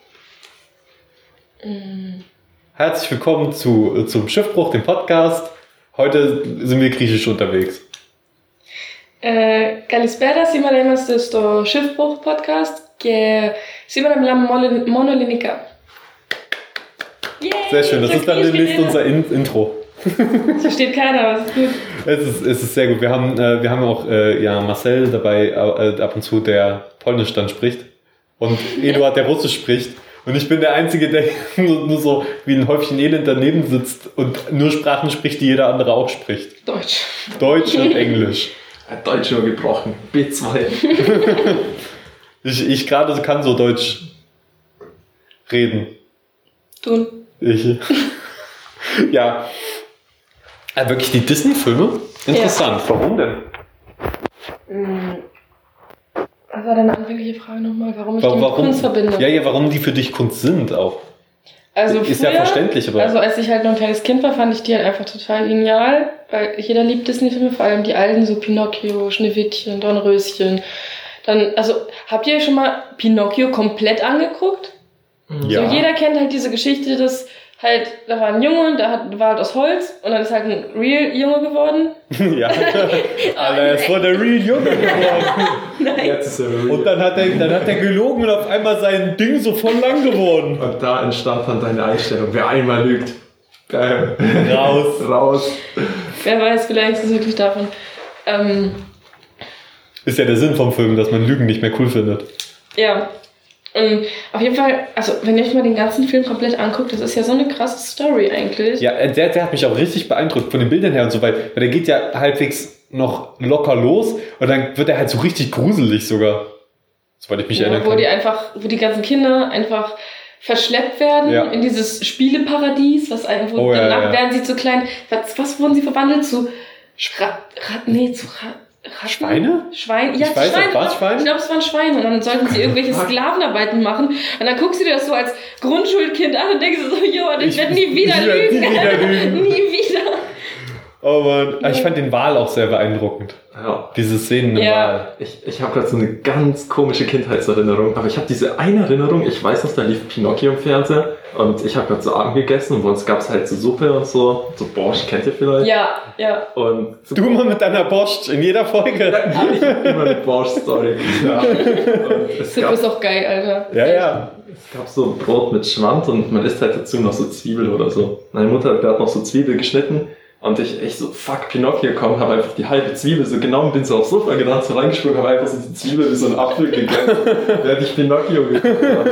Mm. Herzlich willkommen zu, zum Schiffbruch, dem Podcast. Heute sind wir griechisch unterwegs. Ε, καλησπέρα, σήμερα είμαστε στο Schiffbruch Podcast και σήμερα μιλάμε μόνο ελληνικά. Sehr schön, das ist dann demnächst unser In- Intro. Das versteht keiner, aber es ist gut. Es ist, es ist sehr gut. Wir haben, äh, wir haben auch äh, ja, Marcel dabei, äh, ab und zu, der Polnisch dann spricht. Und Eduard, der Russisch spricht. Und ich bin der Einzige, der nur, nur so wie ein Häufchen Elend daneben sitzt und nur Sprachen spricht, die jeder andere auch spricht. Deutsch. Deutsch und Englisch. Deutsch nur gebrochen. B zwei. Ich, ich gerade kann so Deutsch reden. Tun. Ich. Ja. Aber wirklich die Disney-Filme? Interessant. Ja. Warum denn? Was war deine anfängliche Frage nochmal? Warum ich warum, die mit Kunst verbinde? Ja, ja, warum die für dich Kunst sind auch. Also ist früher, ja verständlich, aber... Also als ich halt noch ein kleines Kind war, fand ich die halt einfach total genial. Weil jeder liebt Disney-Filme, vor allem die alten, so Pinocchio, Schneewittchen, Dornröschen. Dann, also, habt ihr schon mal Pinocchio komplett angeguckt? Ja. So, jeder kennt halt diese Geschichte, dass halt, da war ein Junge, der hat, war halt aus Holz und dann ist halt ein Real-Junge geworden. Ja, Alter, er ist voll der Real-Junge geworden. Nein. Jetzt ist er real. Und dann hat, er, dann hat er gelogen und auf einmal sein Ding so voll lang geworden. Und da entstand dann deine Einstellung. Wer einmal lügt, geil. Raus. Raus. Wer weiß, vielleicht ist es wirklich davon. Ähm, Ist ja der Sinn vom Film, dass man Lügen nicht mehr cool findet. ja. Und auf jeden Fall, also wenn ihr euch mal den ganzen Film komplett anguckt, das ist ja so eine krasse Story eigentlich. Ja, der, der hat mich auch richtig beeindruckt von den Bildern her und so, weil, weil der geht ja halbwegs noch locker los und dann wird er halt so richtig gruselig sogar. Soweit ich mich ja, erinnern wo kann. die einfach, wo die ganzen Kinder einfach verschleppt werden Ja. in dieses Spieleparadies, was einfach, Oh, ja, danach ja. werden sie zu kleinen, was, was wurden sie verwandelt? Zu Rat, Rat, nee, zu Rat, Ratten? Schweine? Schwein? Ja, Ich weiß Schweine. nicht, war's Schweine? Ich glaube, es waren Schweine. Und dann sollten sie irgendwelche Sklavenarbeiten machen. Und dann guckst du dir das so als Grundschulkind an und denkst so, jo, ich, ich werde nie wieder ich werd lügen. nie wieder lügen. nie wieder. Oh Mann, ich fand den Wal auch sehr beeindruckend. Ja. Diese Szenen im Ja. Wal. Ich, ich habe gerade so eine ganz komische Kindheitserinnerung, aber ich habe diese eine Erinnerung, ich weiß noch, da lief Pinocchio im Fernseher und ich habe gerade so Abend gegessen und bei uns gab es halt so Suppe und so, so Borscht, kennt ihr vielleicht? Ja, ja. Und so Du mal mit deiner Borscht in jeder Folge. ich hab immer eine Borscht-Story. Ja. Und es Du gab, bist auch geil, Alter. Ja, ja. es gab so Brot mit Schmand und man isst halt dazu noch so Zwiebel oder so. Meine Mutter hat gerade noch so Zwiebel geschnitten. Und ich echt so, fuck, Pinocchio komm, habe einfach die halbe Zwiebel so genommen, bin so aufs Sofa gerannt, so reingesprungen, habe einfach so die Zwiebel wie so ein Apfel gegessen, während ich Pinocchio geguckt habe.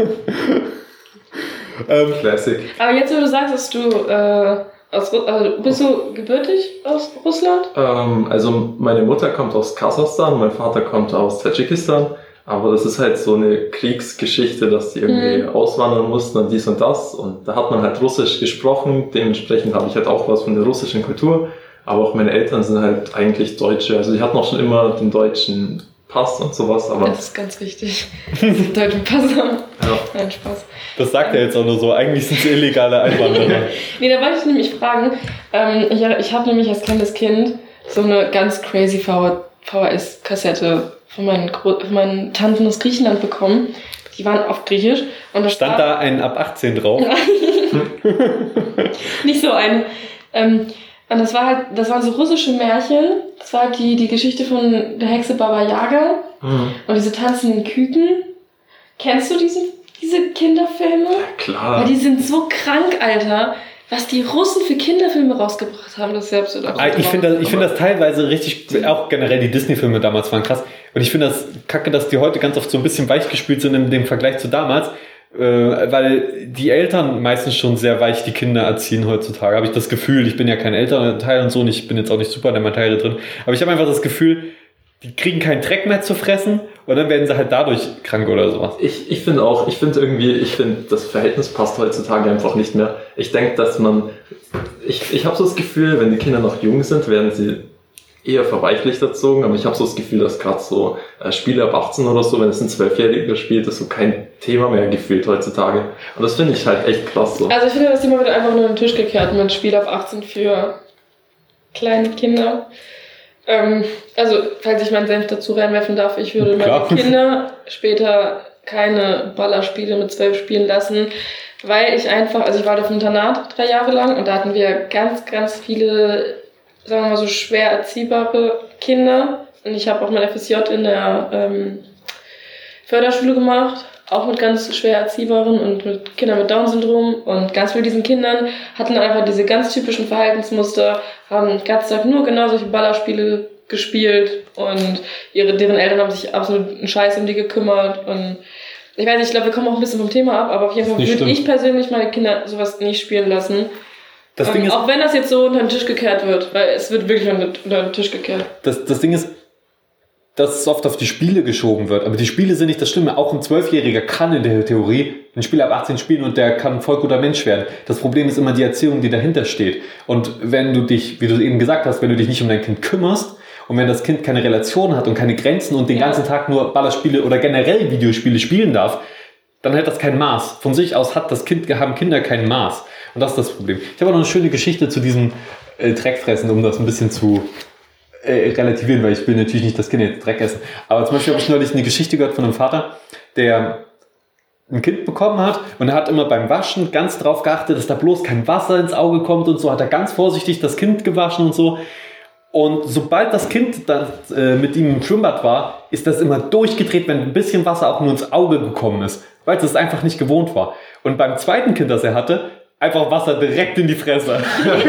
Ähm, Classic. Aber jetzt, wo du sagst, dass du, äh, aus, Ru- also bist du gebürtig aus Russland? Ähm, also meine Mutter kommt aus Kasachstan, mein Vater kommt aus Tadschikistan. Aber das ist halt so eine Kriegsgeschichte, dass die irgendwie Mhm. auswandern mussten und dies und das. Und da hat man halt Russisch gesprochen. Dementsprechend habe ich halt auch was von der russischen Kultur. Aber auch meine Eltern sind halt eigentlich Deutsche. Also die hatten auch schon immer den deutschen Pass und sowas. Aber Das ist ganz wichtig. Den deutschen Pass haben. ja. Nein, Spaß. das sagt er jetzt auch nur so. Eigentlich sind es illegale Einwanderer. Nee, da wollte ich nämlich fragen. Ähm, ich ich habe nämlich als kleines Kind so eine ganz crazy V H S-Kassette von meinen, Gro- von meinen Tanten aus Griechenland bekommen. Die waren auf Griechisch. Und da Stand da ein ab achtzehn drauf? Nicht so eine. Ähm, und das war halt, das waren so russische Märchen. Das war halt die, die Geschichte von der Hexe Baba Yaga Mhm. und diese tanzenden Küken. Kennst du diese, diese Kinderfilme? Klar. Weil die sind so krank, Alter. Was die Russen für Kinderfilme rausgebracht haben, das ist ja absolut Ah, Ich finde das, ich find das teilweise richtig, auch generell die Disney-Filme damals waren krass. Und ich finde das kacke, dass die heute ganz oft so ein bisschen weichgespült sind in dem Vergleich zu damals. Äh, weil die Eltern meistens schon sehr weich die Kinder erziehen heutzutage. Habe ich das Gefühl. Ich bin ja kein Elternteil und so und ich bin jetzt auch nicht super in der Materie drin. Aber ich habe einfach das Gefühl, die kriegen keinen Dreck mehr zu fressen und dann werden sie halt dadurch krank oder sowas. Ich, ich finde auch, ich finde irgendwie, ich finde, das Verhältnis passt heutzutage einfach nicht mehr. Ich denke, dass man, ich, ich habe so das Gefühl, wenn die Kinder noch jung sind, werden sie eher verweichlicht erzogen, aber ich habe so das Gefühl, dass gerade so äh, Spiele ab achtzehn oder so, wenn es ein Zwölfjähriger spielt, ist so kein Thema mehr gefühlt heutzutage. Und das finde ich halt echt krass so. Also ich finde, das Thema wird einfach nur an den Tisch gekehrt mit Spiel ab achtzehn für kleine Kinder. Ähm, also, falls ich meinen Senf dazu reinwerfen darf, ich würde Klar. meine Kinder später keine Ballerspiele mit zwölf spielen lassen, weil ich einfach, also ich war auf dem Internat drei Jahre lang und da hatten wir ganz, ganz viele, sagen wir mal so schwer erziehbare Kinder und ich habe auch mein F S J in der ähm, Förderschule gemacht, auch mit ganz schwer Erziehbaren und mit Kindern mit Down-Syndrom und ganz viele diesen Kindern hatten einfach diese ganz typischen Verhaltensmuster, haben den ganzen Tag nur genau solche Ballerspiele gespielt und ihre, deren Eltern haben sich absolut einen Scheiß um die gekümmert und Ich weiß nicht, ich glaube, wir kommen auch ein bisschen vom Thema ab, aber auf jeden Fall würde ich persönlich meine Kinder sowas nicht spielen lassen. Das ähm, Ding ist, auch wenn das jetzt so unter den Tisch gekehrt wird, weil es wird wirklich unter, unter den Tisch gekehrt. Das, das Ding ist, dass es oft auf die Spiele geschoben wird. Aber die Spiele sind nicht das Schlimme. Auch ein Zwölfjähriger kann in der Theorie ein Spiel ab achtzehn spielen und der kann ein voll guter Mensch werden. Das Problem ist immer die Erziehung, die dahinter steht. Und wenn du dich, wie du eben gesagt hast, wenn du dich nicht um dein Kind kümmerst und wenn das Kind keine Relation hat und keine Grenzen und den ja. ganzen Tag nur Ballerspiele oder generell Videospiele spielen darf, dann hat das kein Maß. Von sich aus hat das Kind, haben Kinder kein Maß. Und das ist das Problem. Ich habe auch noch eine schöne Geschichte zu diesem äh, Dreckfressen, um das ein bisschen zu äh, relativieren, weil ich will natürlich nicht, dass Kinder jetzt Dreck essen. Aber zum Beispiel habe ich neulich eine Geschichte gehört von einem Vater, der ein Kind bekommen hat und er hat immer beim Waschen ganz drauf geachtet, dass da bloß kein Wasser ins Auge kommt und so, hat er ganz vorsichtig das Kind gewaschen und so. Und sobald das Kind dann äh, mit ihm im Schwimmbad war, ist das immer durchgedreht, wenn ein bisschen Wasser auch nur ins Auge gekommen ist, weil es das einfach nicht gewohnt war. Und beim zweiten Kind, das er hatte, einfach Wasser direkt in die Fresse.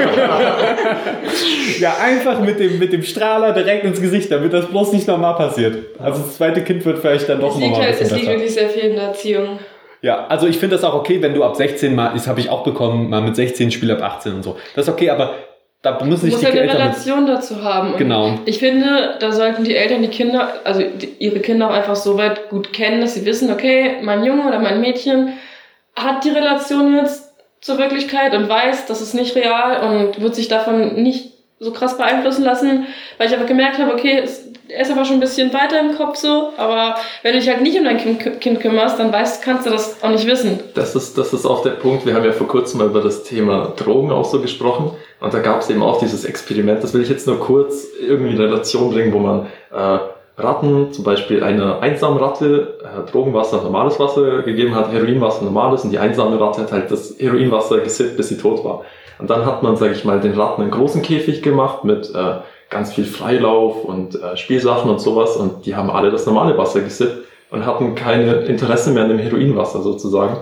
Ja, einfach mit dem, mit dem Strahler direkt ins Gesicht, damit das bloß nicht normal passiert. Also das zweite Kind wird vielleicht dann doch nochmal halt, Es liegt wirklich sehr viel in der Erziehung. Ja, also ich finde das auch okay, wenn du ab sechzehn mal, das habe ich auch bekommen, mal mit sechzehn Spiel ab achtzehn und so. Das ist okay, aber da müssen sich die Eltern... Du musst ja eine Relation mit dazu haben. Und genau. Ich finde, da sollten die Eltern die Kinder, also die, ihre Kinder auch einfach so weit gut kennen, dass sie wissen, okay, mein Junge oder mein Mädchen hat die Relation jetzt zur Wirklichkeit und weiß, das ist nicht real und wird sich davon nicht so krass beeinflussen lassen, weil ich aber gemerkt habe, okay, es, er ist aber schon ein bisschen weiter im Kopf so, aber wenn du dich halt nicht um dein Kind, kind kümmerst, dann weißt, kannst du das auch nicht wissen. Das ist, das ist auch der Punkt, wir haben ja vor kurzem mal über das Thema Drogen auch so gesprochen und da gab es eben auch dieses Experiment, das will ich jetzt nur kurz irgendwie in Relation bringen, wo man äh, Ratten, zum Beispiel eine einsame Ratte, äh, Drogenwasser, normales Wasser gegeben hat, Heroinwasser, normales, und die einsame Ratte hat halt das Heroinwasser gesippt, bis sie tot war. Und dann hat man, sage ich mal, den Ratten einen großen Käfig gemacht mit äh, ganz viel Freilauf und äh, Spielsachen und sowas, und die haben alle das normale Wasser gesippt und hatten kein Interesse mehr an dem Heroinwasser sozusagen.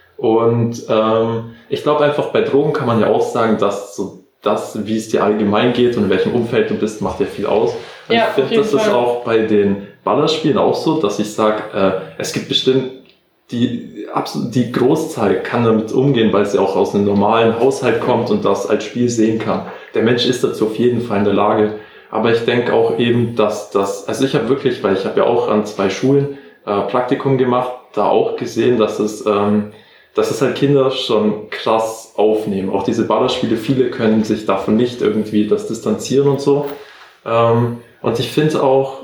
Und ähm, ich glaube einfach, bei Drogen kann man ja auch sagen, dass so das, wie es dir allgemein geht und in welchem Umfeld du bist, macht ja viel aus. Und ja, ich finde, das Fall. Ist auch bei den Ballerspielen auch so, dass ich sage, äh, es gibt bestimmt die, absolut, die Großzahl kann damit umgehen, weil sie auch aus einem normalen Haushalt kommt und das als Spiel sehen kann. Der Mensch ist dazu auf jeden Fall in der Lage. Aber ich denke auch eben, dass das, also ich habe wirklich, weil ich habe ja auch an zwei Schulen äh, Praktikum gemacht, da auch gesehen, dass es, ähm, dass es halt Kinder schon krass aufnehmen. Auch diese Ballerspiele, viele können sich davon nicht irgendwie das distanzieren und so. Ähm, und ich finde auch,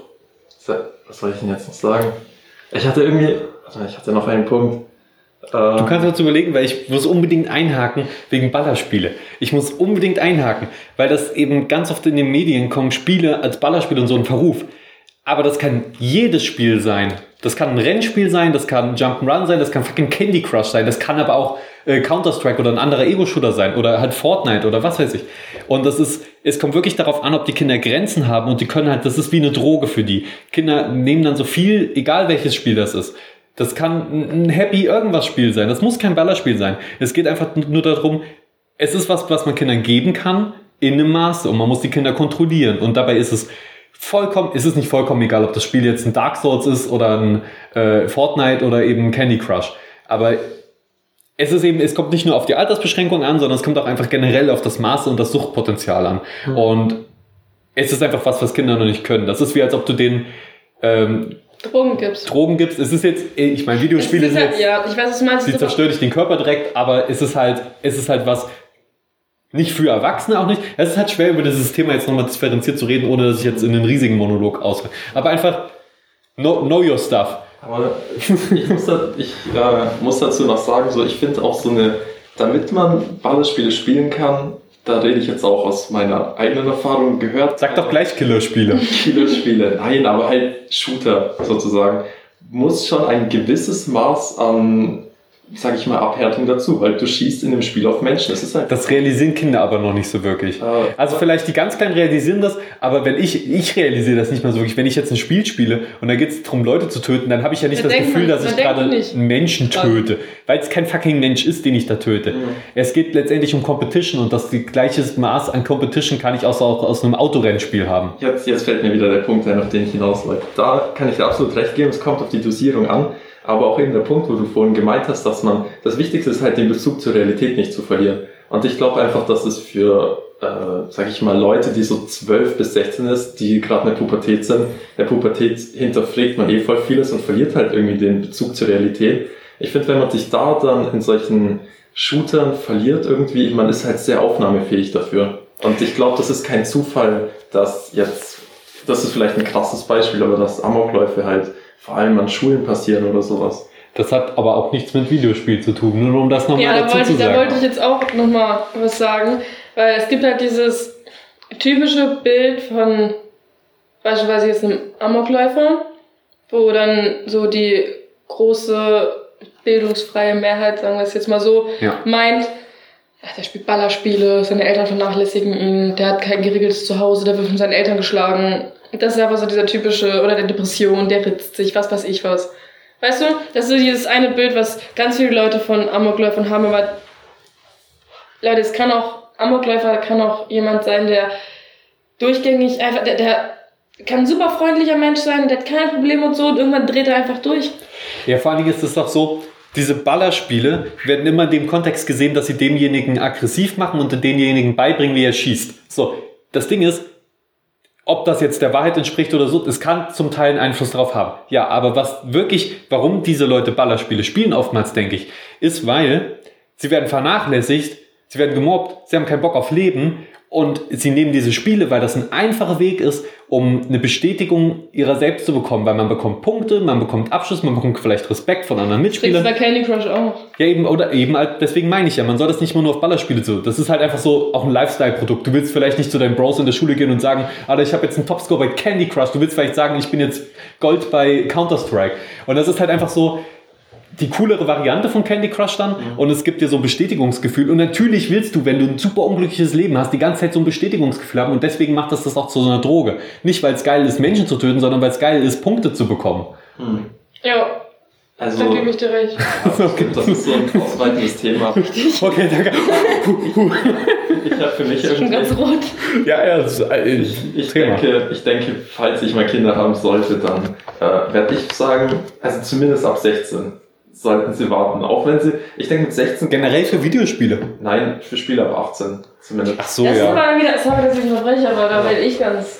was soll ich denn jetzt noch sagen? Ich hatte irgendwie, ich hatte noch einen Punkt. Ähm, du kannst jetzt überlegen, weil ich muss unbedingt einhaken wegen Ballerspiele. Ich muss unbedingt einhaken, weil das eben ganz oft in den Medien kommen, Spiele als Ballerspiele und so ein Verruf. Aber das kann jedes Spiel sein. Das kann ein Rennspiel sein, das kann Jump'n'Run sein, das kann fucking Candy Crush sein, das kann aber auch äh, Counter-Strike oder ein anderer Ego-Shooter sein oder halt Fortnite oder was weiß ich. Und das ist, es kommt wirklich darauf an, ob die Kinder Grenzen haben, und die können halt, das ist wie eine Droge für die. Kinder nehmen dann so viel, egal welches Spiel das ist. Das kann ein Happy irgendwas Spiel sein, das muss kein Ballerspiel sein. Es geht einfach nur darum, es ist was, was man Kindern geben kann, in einem Maße, und man muss die Kinder kontrollieren, und dabei ist es vollkommen, ist es nicht vollkommen egal, ob das Spiel jetzt ein Dark Souls ist oder ein äh, Fortnite oder eben Candy Crush. Aber es ist eben, es kommt nicht nur auf die Altersbeschränkung an, sondern es kommt auch einfach generell auf das Maße und das Suchtpotenzial an. Mhm. Und es ist einfach was, was Kinder noch nicht können. Das ist wie, als ob du denen ähm, Drogen gibst. Drogen gibst. Es ist jetzt, ich meine, Videospiele sind halt, jetzt, ja, ich weiß, was du meinst. Sie zerstört dich den Körper direkt, aber es ist halt, es ist halt was, nicht für Erwachsene auch nicht. Es ist halt schwer, über dieses Thema jetzt nochmal differenziert zu reden, ohne dass ich jetzt in einen riesigen Monolog ausfahre. Aber einfach know, know your stuff. Aber ich, muss, da, ich äh, muss dazu noch sagen, so ich finde auch so eine, damit man Ballerspiele spielen kann, da rede ich jetzt auch aus meiner eigenen Erfahrung gehört. Sag doch gleich Killerspiele. Killerspiele, nein, aber halt Shooter sozusagen. Muss schon ein gewisses Maß an, sag ich mal, Abhärtung dazu, weil du schießt in dem Spiel auf Menschen. Das ist halt das realisieren Kinder aber noch nicht so wirklich. Äh, also vielleicht die ganz Kleinen realisieren das, aber wenn ich, ich realisiere das nicht mal so wirklich. Wenn ich jetzt ein Spiel spiele und da geht es darum, Leute zu töten, dann habe ich ja nicht da das Gefühl, man, dass ich gerade einen Menschen töte, weil es kein fucking Mensch ist, den ich da töte. Mhm. Es geht letztendlich um Competition, und das die gleiche Maß an Competition kann ich auch so aus einem Autorennspiel haben. Jetzt, jetzt fällt mir wieder der Punkt ein, auf den ich hinaus wollte. Da kann ich dir absolut recht geben, es kommt auf die Dosierung an. Aber auch eben der Punkt, wo du vorhin gemeint hast, dass man, das Wichtigste ist halt den Bezug zur Realität nicht zu verlieren. Und ich glaube einfach, dass es für, äh, sag ich mal, Leute, die so zwölf bis sechzehn ist, die gerade in der Pubertät sind, in der Pubertät hinterfragt man eh voll vieles und verliert halt irgendwie den Bezug zur Realität. Ich finde, wenn man sich da dann in solchen Shootern verliert irgendwie, man ist halt sehr aufnahmefähig dafür. Und ich glaube, das ist kein Zufall, dass jetzt, das ist vielleicht ein krasses Beispiel, aber dass Amokläufe halt vor allem an Schulen passieren oder sowas. Das hat aber auch nichts mit Videospiel zu tun, nur um das nochmal ja, dazu da zu wollte, sagen. Da wollte ich jetzt auch nochmal was sagen, weil es gibt halt dieses typische Bild von beispielsweise jetzt einem Amokläufer, wo dann so die große bildungsfreie Mehrheit, sagen wir es jetzt mal so, ja. meint, ja, der spielt Ballerspiele, seine Eltern vernachlässigen ihn, der hat kein geregeltes Zuhause, der wird von seinen Eltern geschlagen. Das ist einfach so dieser typische, oder der Depression, der ritzt sich, was weiß ich was. Weißt du, das ist so dieses eine Bild, was ganz viele Leute von Amokläufern haben, aber Leute, es kann auch, Amokläufer kann auch jemand sein, der durchgängig einfach, der, der kann ein super freundlicher Mensch sein, der hat keine Probleme und so, und irgendwann dreht er einfach durch. Ja, vor allen Dingen ist es doch so, diese Ballerspiele werden immer in dem Kontext gesehen, dass sie demjenigen aggressiv machen und denjenigen beibringen, wie er schießt. So, das Ding ist, ob das jetzt der Wahrheit entspricht oder so, es kann zum Teil einen Einfluss darauf haben. Ja, aber was wirklich, warum diese Leute Ballerspiele spielen oftmals, denke ich, ist, weil sie werden vernachlässigt, sie werden gemobbt, sie haben keinen Bock auf Leben und sie nehmen diese Spiele, weil das ein einfacher Weg ist, um eine Bestätigung ihrer selbst zu bekommen, weil man bekommt Punkte, man bekommt Abschluss, man bekommt vielleicht Respekt von anderen Mitspielern. Das ist bei Candy Crush auch. Ja, eben, oder eben, deswegen meine ich ja, man soll das nicht immer nur auf Ballerspiele so. Das ist halt einfach so auch ein Lifestyle-Produkt. Du willst vielleicht nicht zu deinen Bros in der Schule gehen und sagen, Alter, ich habe jetzt einen Topscore bei Candy Crush. Du willst vielleicht sagen, ich bin jetzt Gold bei Counter-Strike. Und das ist halt einfach so die coolere Variante von Candy Crush dann, mhm. und es gibt dir so ein Bestätigungsgefühl und natürlich willst du, wenn du ein super unglückliches Leben hast, die ganze Zeit so ein Bestätigungsgefühl haben und deswegen macht das das auch zu so einer Droge. Nicht, weil es geil ist, Menschen zu töten, sondern weil es geil ist, Punkte zu bekommen. Mhm. Ja, also, da gebe ich dir recht. Ja, okay. Das ist so ein ausweitendes Thema. Okay, danke. Ich habe für mich ist schon ganz rot. Ja, ja, das ist ein ich, ich, denke, ich denke, falls ich mal Kinder haben sollte, dann äh, werde ich sagen, also zumindest ab sechzehn sollten sie warten, auch wenn sie, ich denke mit sechzehn... Generell für Videospiele? Nein, für Spiele ab achtzehn zumindest. Ach so, das ja. Das ist aber wieder, sorry, dass ich unterbreche, aber da werde ich ganz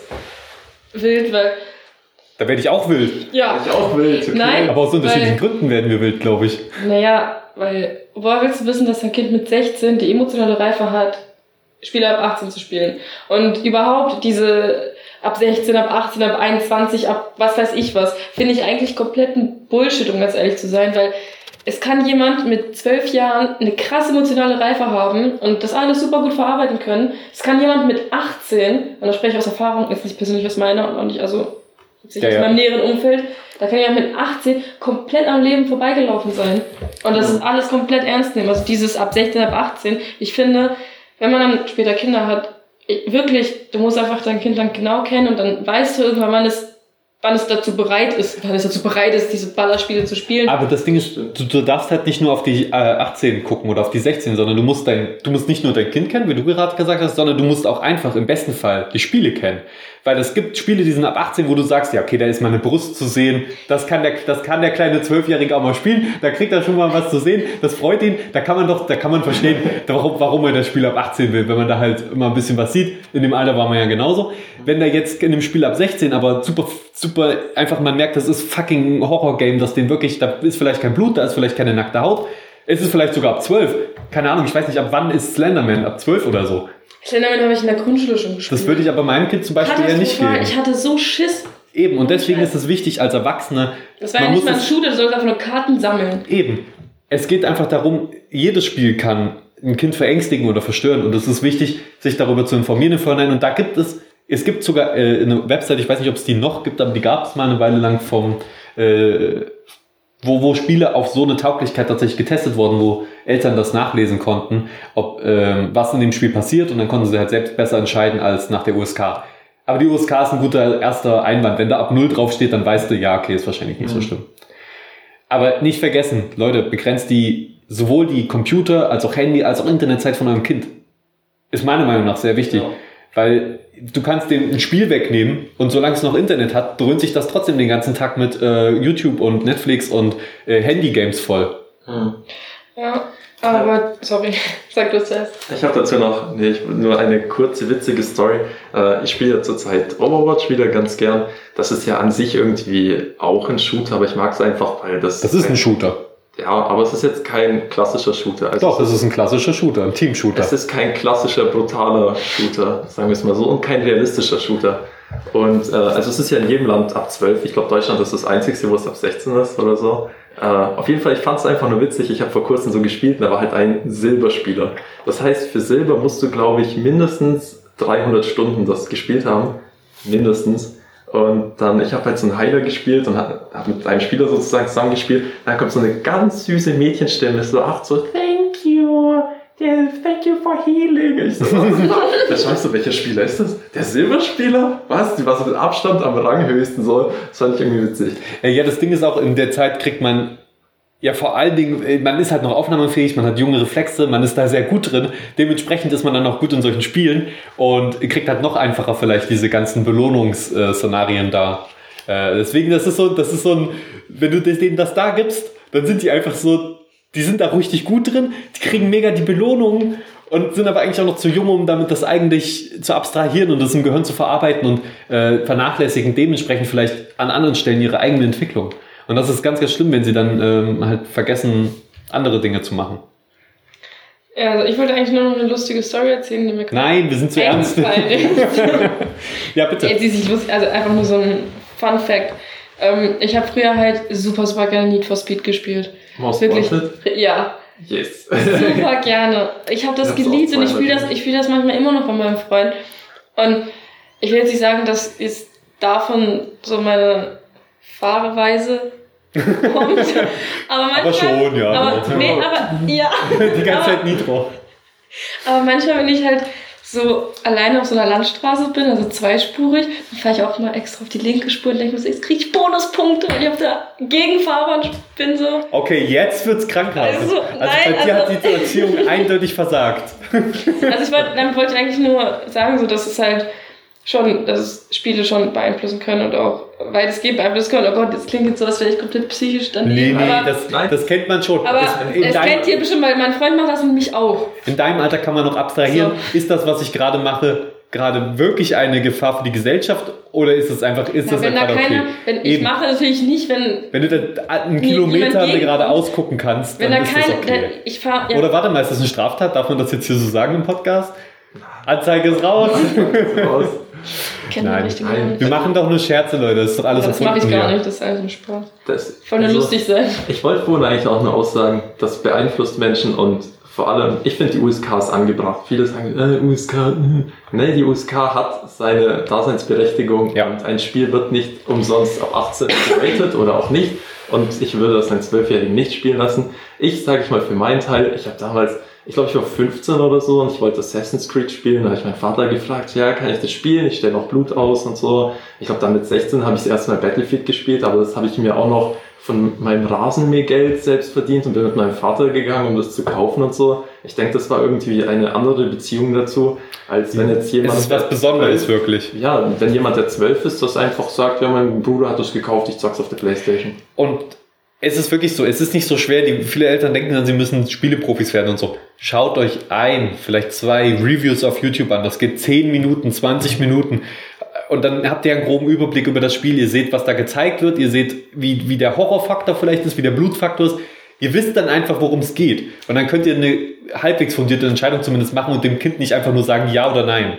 wild, weil... Da werde ich auch wild. Ja. Ich auch wild, okay. Nein, aber aus unterschiedlichen weil, Gründen werden wir wild, glaube ich. Naja, weil, woher willst du wissen, dass ein Kind mit sechzehn die emotionale Reife hat, Spiele ab achtzehn zu spielen? Und überhaupt diese... ab sechzehn, ab achtzehn, ab einundzwanzig, ab was weiß ich was, finde ich eigentlich kompletten Bullshit, um ganz ehrlich zu sein, weil es kann jemand mit zwölf Jahren eine krass emotionale Reife haben und das alles super gut verarbeiten können. Es kann jemand mit achtzehn, und da spreche ich aus Erfahrung, jetzt nicht persönlich aus meiner und auch nicht, also jetzt nicht ja, aus ja. meinem näheren Umfeld, da kann jemand mit achtzehn komplett am Leben vorbeigelaufen sein. Und das ist alles komplett ernst nehmen. Also dieses ab sechzehn, ab achtzehn, ich finde, wenn man dann später Kinder hat, wirklich, du musst einfach dein Kind dann genau kennen und dann weißt du irgendwann, wann es, wann es dazu bereit ist, wann es dazu bereit ist, diese Ballerspiele zu spielen. Aber das Ding ist, du, du darfst halt nicht nur auf die äh, achtzehn gucken oder auf die sechzehn, sondern du musst dein, du musst nicht nur dein Kind kennen, wie du gerade gesagt hast, sondern du musst auch einfach im besten Fall die Spiele kennen. Weil es gibt Spiele, die sind ab achtzehn, wo du sagst, ja, okay, da ist meine Brust zu sehen, das kann der, das kann der kleine Zwölfjährige auch mal spielen, da kriegt er schon mal was zu sehen, das freut ihn, da kann man doch, da kann man verstehen, warum, warum er das Spiel ab achtzehn will, wenn man da halt immer ein bisschen was sieht. In dem Alter war man ja genauso. Wenn da jetzt in dem Spiel ab sechzehn aber super, super, einfach man merkt, das ist fucking ein Horror-Game, dass den wirklich, da ist vielleicht kein Blut, da ist vielleicht keine nackte Haut, es ist vielleicht sogar ab zwölf, keine Ahnung, ich weiß nicht, ab wann ist Slenderman, ab zwölf oder so. Slenderman habe ich in der Grundschule schon gespielt. Das würde ich aber meinem Kind zum Beispiel eher nicht geben. Ich hatte so Schiss. Eben, und deswegen ist es wichtig als Erwachsener. Das war ja nicht mal ein Shooter, du sollst einfach nur Karten sammeln. Eben. Es geht einfach darum, jedes Spiel kann ein Kind verängstigen oder verstören und es ist wichtig, sich darüber zu informieren im Vorhinein. Und da gibt es, es gibt sogar äh, eine Website, ich weiß nicht, ob es die noch gibt, aber die gab es mal eine Weile lang vom, äh, wo, wo Spiele auf so eine Tauglichkeit tatsächlich getestet wurden, wo Eltern das nachlesen konnten, ob ähm, was in dem Spiel passiert und dann konnten sie halt selbst besser entscheiden als nach der U S K. Aber die U S K ist ein guter erster Einwand. Wenn da ab null draufsteht, dann weißt du, ja, okay, ist wahrscheinlich nicht mhm. so schlimm. Aber nicht vergessen, Leute, begrenzt die sowohl die Computer als auch Handy als auch Internetzeit von eurem Kind. Ist meiner Meinung nach sehr wichtig. Ja. Weil du kannst dem ein Spiel wegnehmen und solange es noch Internet hat, dröhnt sich das trotzdem den ganzen Tag mit äh, YouTube und Netflix und äh, Handy-Games voll. Hm. Ja, aber, sorry, sag du zuerst. Ich habe dazu noch nee, ich, nur eine kurze, witzige Story. Äh, ich spiele ja zurzeit Overwatch wieder ganz gern. Das ist ja an sich irgendwie auch ein Shooter, aber ich mag es einfach, weil das... Das ist ein Shooter. Ja, aber es ist jetzt kein klassischer Shooter. Also Doch, es ist ein klassischer Shooter, ein Team-Shooter. Es ist kein klassischer, brutaler Shooter, sagen wir es mal so, und kein realistischer Shooter. Und äh, also es ist ja in jedem Land ab zwölf. Ich glaube, Deutschland ist das einzigste, wo es ab sechzehn ist oder so. Äh, auf jeden Fall, ich fand es einfach nur witzig. Ich habe vor kurzem so gespielt und da war halt ein Silberspieler. Das heißt, für Silber musst du, glaube ich, mindestens dreihundert Stunden das gespielt haben. Mindestens. Und dann, ich habe halt so einen Heiler gespielt und habe hab mit einem Spieler sozusagen zusammengespielt. Dann kommt so eine ganz süße Mädchenstimme, so, ach so, thank you, yeah, thank you for healing. Ich so, da weißt du, welcher Spieler ist das? Der Silberspieler? Was? Die war so mit Abstand am Ranghöchsten, so. Das fand ich irgendwie witzig. Ja, das Ding ist auch, in der Zeit kriegt man ja vor allen Dingen, man ist halt noch aufnahmefähig, man hat junge Reflexe, man ist da sehr gut drin. Dementsprechend ist man dann auch gut in solchen Spielen und kriegt halt noch einfacher vielleicht diese ganzen Belohnungsszenarien da. Äh, deswegen, das ist so, das ist so ein, wenn du denen das da gibst, dann sind die einfach so, die sind da richtig gut drin, die kriegen mega die Belohnungen und sind aber eigentlich auch noch zu jung, um damit das eigentlich zu abstrahieren und das im Gehirn zu verarbeiten und äh, vernachlässigen dementsprechend vielleicht an anderen Stellen ihre eigene Entwicklung. Und das ist ganz, ganz schlimm, wenn sie dann ähm, halt vergessen, andere Dinge zu machen. Ja, also ich wollte eigentlich nur noch eine lustige Story erzählen, die mir gerade Nein, wir sind zu ernst. Ja, bitte. Jetzt ist sich lustig, also einfach nur so ein Fun Fact. Ähm, ich habe früher halt super, super gerne Need for Speed gespielt. Most Wirklich. Wanted? Ja. Yes. Super gerne. Ich habe das, das geliebt und ich spiele das, ich spiele das manchmal immer noch bei meinem Freund. Und ich will jetzt nicht sagen, dass ist davon so meine Fahrweise kommt. Aber, manchmal, aber schon, ja. Aber, nee, aber, ja. Die ganze aber, Zeit Nitro. Aber manchmal, wenn ich halt so alleine auf so einer Landstraße bin, also zweispurig, dann fahre ich auch mal extra auf die linke Spur und denke mir, jetzt kriege ich Bonuspunkte, weil ich auf der Gegenfahrbahn bin so. Okay, jetzt wird's krankhaft. Also, also nein, bei dir also, hat die Erziehung eindeutig versagt. Also ich wollte, dann wollte ich eigentlich nur sagen, so, dass es halt schon, dass es Spiele schon beeinflussen können und auch weitestgehend beeinflussen können. Oh Gott, das klingt jetzt so, als wäre ich komplett psychisch daneben. Nee, nee, aber, das, das kennt man schon. Aber das, es kennt ihr bestimmt, weil mein Freund macht das und mich auch. In deinem Alter kann man noch abstrahieren. So. Ist das, was ich gerade mache, gerade wirklich eine Gefahr für die Gesellschaft oder ist es einfach, ist ja, das wenn einfach da keine, okay? Wenn, ich Eben. mache natürlich nicht, wenn... Wenn du da einen Kilometer gerade ausgucken kannst, wenn dann da ist keine, das okay. Da, ich fahr, ja. Oder warte mal, ist das eine Straftat? Darf man das jetzt hier so sagen im Podcast? Anzeige ist raus. raus. Nein, Nein. Wir machen doch nur Scherze, Leute. Das ist doch alles Das mache ich gar hier. nicht, das ist alles ein Spaß. Das, Voll nur also, lustig sein. Ich wollte vorhin eigentlich auch nur aussagen, das beeinflusst Menschen und vor allem, ich finde die U S K ist angebracht. Viele sagen, äh, U S K, äh. Nee, die U S K hat seine Daseinsberechtigung ja. und ein Spiel wird nicht umsonst ab achtzehn geratet oder auch nicht. Und ich würde das einen Zwölfjährigen nicht spielen lassen. Ich sage ich mal für meinen Teil, ich habe damals, ich glaube ich war fünfzehn oder so und ich wollte Assassin's Creed spielen. Da habe ich meinen Vater gefragt, ja, kann ich das spielen? Ich stelle noch Blut aus und so. Ich glaube dann mit sechzehn habe ich das erste Mal Battlefield gespielt, aber das habe ich mir auch noch von meinem Rasenmähergeld selbst verdient und bin mit meinem Vater gegangen, um das zu kaufen und so. Ich denke, das war irgendwie eine andere Beziehung dazu, als wenn jetzt jemand... Es ist was Besonderes, wirklich. Ja, wenn jemand, der zwölf ist, das einfach sagt, ja, mein Bruder hat das gekauft, ich zock's auf der Playstation. Und es ist wirklich so, es ist nicht so schwer, die, viele Eltern denken dann, sie müssen Spieleprofis werden und so. Schaut euch ein, vielleicht zwei Reviews auf YouTube an, das geht zehn Minuten, zwanzig Minuten und dann habt ihr einen groben Überblick über das Spiel, ihr seht, was da gezeigt wird, ihr seht, wie, wie der Horrorfaktor vielleicht ist, wie der Blutfaktor ist, ihr wisst dann einfach, worum es geht und dann könnt ihr eine halbwegs fundierte Entscheidung zumindest machen und dem Kind nicht einfach nur sagen ja oder nein.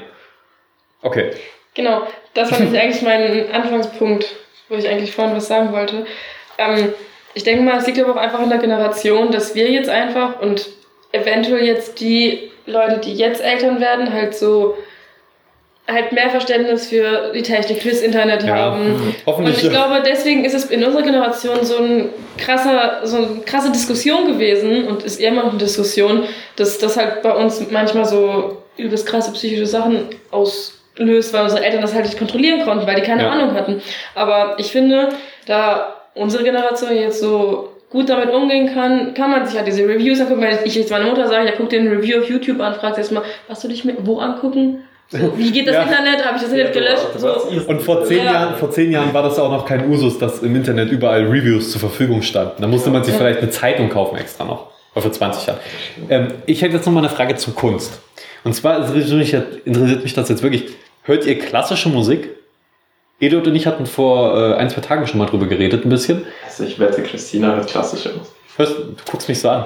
Okay. Genau, das war nämlich eigentlich mein Anfangspunkt, wo ich eigentlich vorhin was sagen wollte. Ähm, Ich denke mal, es liegt aber auch einfach in der Generation, dass wir jetzt einfach und eventuell jetzt die Leute, die jetzt Eltern werden, halt so halt mehr Verständnis für die Technik, fürs Internet ja, haben. Hoffentlich. Und ich glaube, deswegen ist es in unserer Generation so ein krasser, so eine krasse Diskussion gewesen und ist immer noch eine Diskussion, dass das halt bei uns manchmal so übelst krasse psychische Sachen auslöst, weil unsere Eltern das halt nicht kontrollieren konnten, weil die keine ja. Ahnung hatten. Aber ich finde, da unsere Generation jetzt so gut damit umgehen kann, kann man sich halt diese Reviews angucken. Wenn ich jetzt meiner Mutter sage, ja, guck dir ein Review auf YouTube an, fragt sie erstmal, was du dich mit wo angucken? So, wie geht das Ja. Internet? Habe ich das Internet gelöscht? So. Und vor zehn, Ja. Jahren, vor zehn Jahren war das auch noch kein Usus, dass im Internet überall Reviews zur Verfügung standen. Da musste man sich Ja. vielleicht eine Zeitung kaufen extra noch. Oder für zwanzig Jahre. Ähm, ich hätte jetzt noch mal eine Frage zur Kunst. Und zwar interessiert mich, interessiert mich das jetzt wirklich. Hört ihr klassische Musik? Eduard und ich hatten vor äh, ein, zwei Tagen schon mal drüber geredet, ein bisschen. Also ich wette, Christina hört klassische Musik. Hörst, du guckst mich so an.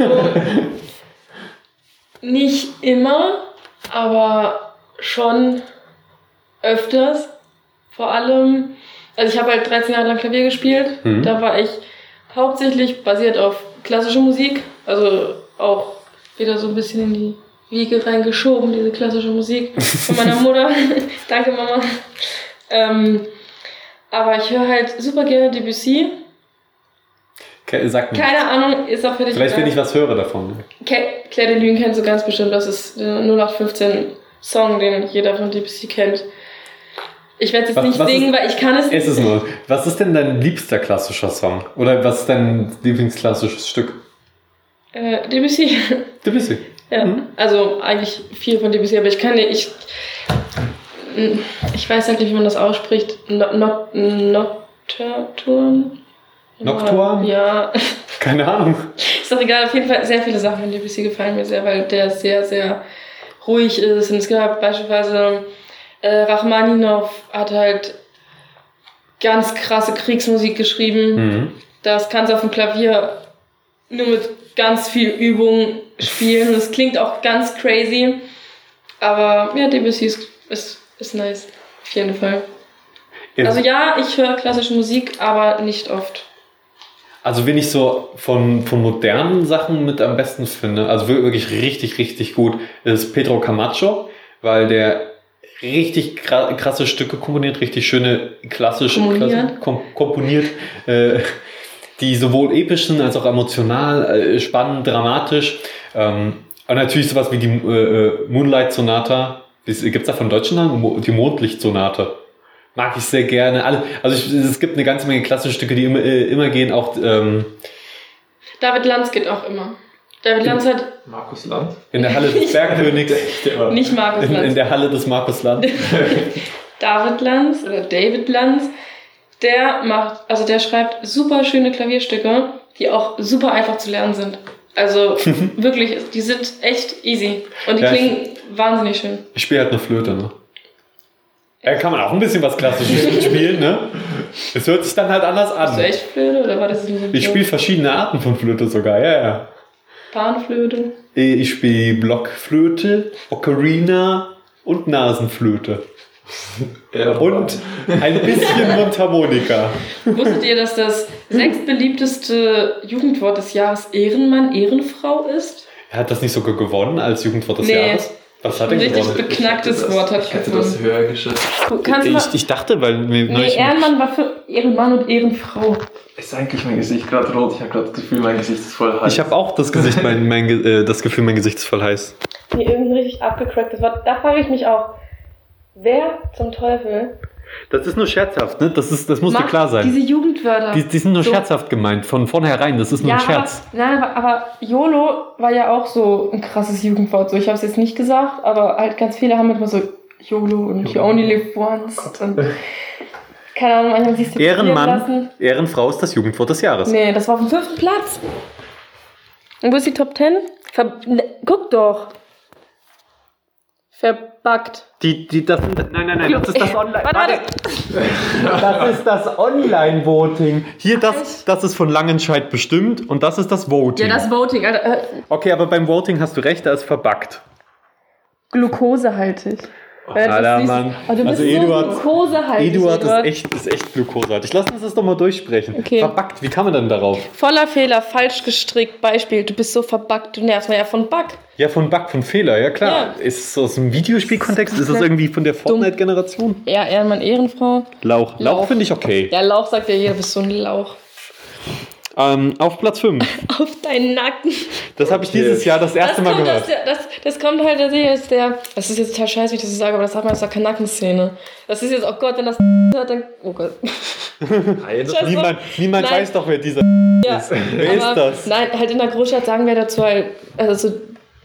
Nicht immer, aber schon öfters. Vor allem, also ich habe halt dreizehn Jahre lang Klavier gespielt. Mhm. Da war ich hauptsächlich basiert auf klassische Musik. Also auch wieder so ein bisschen in die Wiege reingeschoben, diese klassische Musik von meiner Mutter. Danke, Mama. Ähm, aber ich höre halt super gerne Debussy. Ke- Sag mir. Keine Ahnung, ist auch für dich. Vielleicht, wenn ich was höre davon. Ke- Claire de Lune kennst du ganz bestimmt. Das ist der null acht fünfzehn Song, den jeder von Debussy kennt. Ich werde jetzt Was- nicht was singen, ist- weil ich kann es Es ist nur. Was ist denn dein liebster klassischer Song? Oder was ist dein Lieblingsklassisches Stück? Äh, Debussy. Debussy. Ja, Mhm. also eigentlich viel von Debussy, aber ich kann nicht, ich, ich weiß halt nicht, wie man das ausspricht. No, no, Nocturne? Nocturne? Ja, Keine Ahnung. ist doch egal. Auf jeden Fall sehr viele Sachen von Debussy gefallen mir sehr, weil der sehr, sehr ruhig ist. Und es gab beispielsweise äh, Rachmaninow hat halt ganz krasse Kriegsmusik geschrieben. Mhm. Das kannst du auf dem Klavier nur mit ganz viel Übung spielen. Und es klingt auch ganz crazy. Aber ja, Debussy ist, ist, ist nice. Auf jeden Fall. Also ja, ich höre klassische Musik, aber nicht oft. Also wen ich so von, von modernen Sachen mit am besten finde, also wirklich richtig, richtig gut, ist Pedro Camacho, weil der richtig krasse Stücke komponiert, richtig schöne klassische Komponiert. kom komponiert, äh, die sowohl episch sind als auch emotional, äh, spannend, dramatisch. Ähm, und natürlich sowas wie die äh, Moonlight Sonata. Gibt es da von deutschen Namen? Die Mondlichtsonate. Mag ich sehr gerne. Alle, also ich, es gibt eine ganze Menge klassische Stücke, die immer, äh, immer gehen. Auch ähm, David Lanz geht auch immer. David Lanz hat Markus Land? in der Halle des Bergkönigs. nicht Markus in, Lanz. in der Halle des Markus Land. David Lanz oder David Lanz, der macht, also der schreibt super schöne Klavierstücke, die auch super einfach zu lernen sind. Also wirklich, die sind echt easy und die Ja, klingen wahnsinnig schön. Ich spiele halt eine Flöte, ne? Da kann man auch ein bisschen was Klassisches spielen, ne? Es hört sich dann halt anders Hast du an. echt Flöte oder war das ein Ich spiele verschiedene Arten von Flöte sogar, ja, ja. Panflöte? Ich spiele Blockflöte, Ocarina und Nasenflöte. Ja, Und ein bisschen Mundharmonika. Wusstet ihr, dass das sechstbeliebteste Jugendwort des Jahres Ehrenmann, Ehrenfrau ist? Er hat das nicht sogar gewonnen als Jugendwort des Nee. Jahres? Was hat er Richtig gewonnen? beknacktes das, Wort hat ich hätte das gefunden. höher geschätzt. Kannst du mal, Ich, ich dachte, weil wir nee, neulich- Ehrenmann war für Ehrenmann und Ehrenfrau. Ist eigentlich mein Gesicht gerade rot? Ich habe gerade das Gefühl, mein Gesicht ist voll heiß. Ich habe auch das Gesicht, mein, mein, Ge- äh, das Gefühl, mein Gesicht ist voll heiß. Nee, irgendein richtig abgecracktes Wort. Da frage ich mich auch, wer zum Teufel Das ist nur scherzhaft, ne? Das, ist, das muss dir macht klar sein. diese Jugendwörter? Die, die sind nur So. scherzhaft gemeint, von vornherein. Das ist nur ja, ein Scherz. Aber, nein, aber, aber YOLO war ja auch so ein krasses Jugendwort. So, ich habe es jetzt nicht gesagt, aber halt ganz viele haben immer so YOLO und You only live once. Und, keine Ahnung, manchmal siehst du Ehrenmann, Ehrenfrau ist das Jugendwort des Jahres. Nee, das war auf dem fünften Platz. Und wo ist die Top Ten? Ver ne, guck doch. Verbuggt. Die, die, das, nein, nein, nein, das ist das Online. Warte, warte. Das ist das Online-Voting. Hier, das, das ist von Langenscheid bestimmt und das ist das Voting. Ja, das Voting. Alter, äh, Okay, aber beim Voting hast du recht, da ist verbuggt. glukosehaltig. Wenn du das Alter, siehst- Mann. Oh, du bist Also so Eduard- glukosehaltig. Eduard ist echt, ist echt glukosehaltig. Lass uns das doch mal durchsprechen. Okay. Verbuggt, wie kann man denn darauf? Voller Fehler, falsch gestrickt. Beispiel, du bist so verbuggt, du nervst mal ja von Bug. Ja, von Bug, von Fehler, ja klar. Ja. Ist es aus dem Videospielkontext? Ist das irgendwie von der Fortnite-Generation? Ja, Ehrenmann, Ehrenfrau. Lauch. Lauch, Lauch. finde ich okay. Ja, Lauch sagt ja jeder, du bist so ein Lauch. Ähm, auf Platz fünf. Auf deinen Nacken. Das habe ich Okay. dieses Jahr das erste das Mal kommt gehört. aus der, das, das kommt halt tatsächlich aus der. Das ist jetzt total scheiße, wie ich das so sage, aber das hat man aus der Kanackenszene. Das ist jetzt, oh Gott, wenn das hört, dann. Oh Gott. Nein, Scheiße. Niemand, niemand Nein. weiß doch, wer dieser Ja. ist. Wer ist Aber das? Nein, halt in der Großstadt sagen wir dazu halt. Also so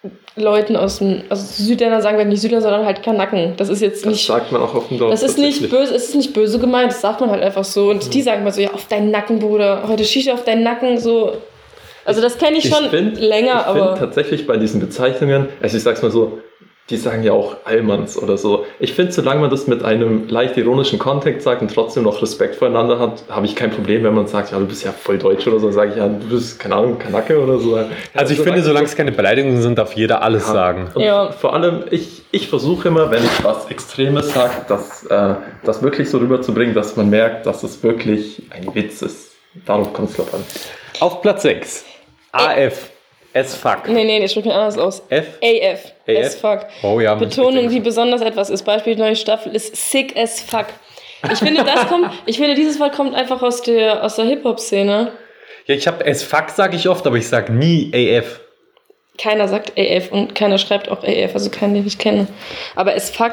Leuten aus dem, also Südländer sagen wir nicht Südländer, sondern halt Kanaken. Das ist jetzt nicht... Das sagt man auch auf dem Dorf. Das ist nicht böse, es ist nicht böse gemeint, das sagt man halt einfach so. Und mhm. die sagen mal so, ja, auf deinen Nacken, Bruder, heute Shisha auf deinen Nacken, so... Also das kenne ich, ich schon find, länger, ich aber... Ich finde tatsächlich bei diesen Bezeichnungen, also ich sag's mal so, die sagen ja auch Allmanns oder so. Ich finde, solange man das mit einem leicht ironischen Kontext sagt und trotzdem noch Respekt voreinander hat, habe ich kein Problem, wenn man sagt, ja, du bist ja voll deutsch oder so, sage ich, ja, du bist, keine Ahnung, Kanake oder so. Ja, also ich finde, solange es keine Beleidigungen sind, darf jeder alles ja. sagen. Und ja. vor allem, ich, ich versuche immer, wenn ich was Extremes sage, das, äh, das wirklich so rüberzubringen, dass man merkt, dass es wirklich ein Witz ist. Darauf kommt es drauf an. Auf Platz sechs. A F. As fuck. Nee, nee, ich spreche mir anders aus. F? A F. A F? As fuck. Oh ja. Betonung, wie besonders etwas ist. Beispiel neue Staffel ist sick as fuck. Ich finde, das kommt, ich finde, dieses Wort kommt einfach aus der, aus der Hip-Hop-Szene. Ja, ich habe as fuck, sage ich oft, aber ich sage nie A F. Keiner sagt A F und keiner schreibt auch A F, also keinen, den ich kenne. Aber as fuck...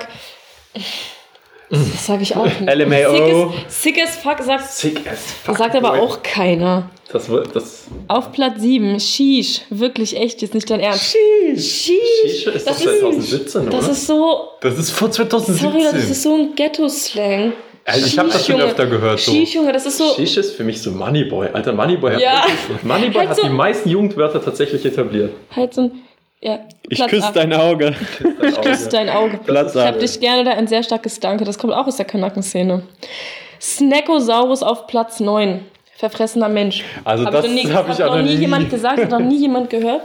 Das sage ich auch nicht. L M A O. Sick as, sick as fuck sagt, sick as fuck, sagt aber auch keiner. Das, das Auf Platz sieben, Sheesh. Wirklich echt, jetzt nicht dein Ernst. Sheesh. Sheesh ist das doch zwanzig siebzehn, das oder? Ist so... Das ist vor zwanzig siebzehn. Sorry, das ist so ein Ghetto-Slang. Also ich habe das schon öfter gehört. So. Sheesh, Junge, das ist so... Sheesh ist für mich so Moneyboy. Alter, Moneyboy hat, ja. Moneyboy halt hat so die meisten Jugendwörter tatsächlich etabliert. Halt so ein... Ja, ich küsse dein Auge. Ich küsse dein Auge. Platz ich hab dich gerne, da ein sehr starkes Danke. Das kommt auch aus der Kanaken-Szene. Snackosaurus auf Platz neun. Verfressener Mensch. Also hab das habe hab ich auch noch nie, nie jemand gesagt, hat noch nie jemand gehört.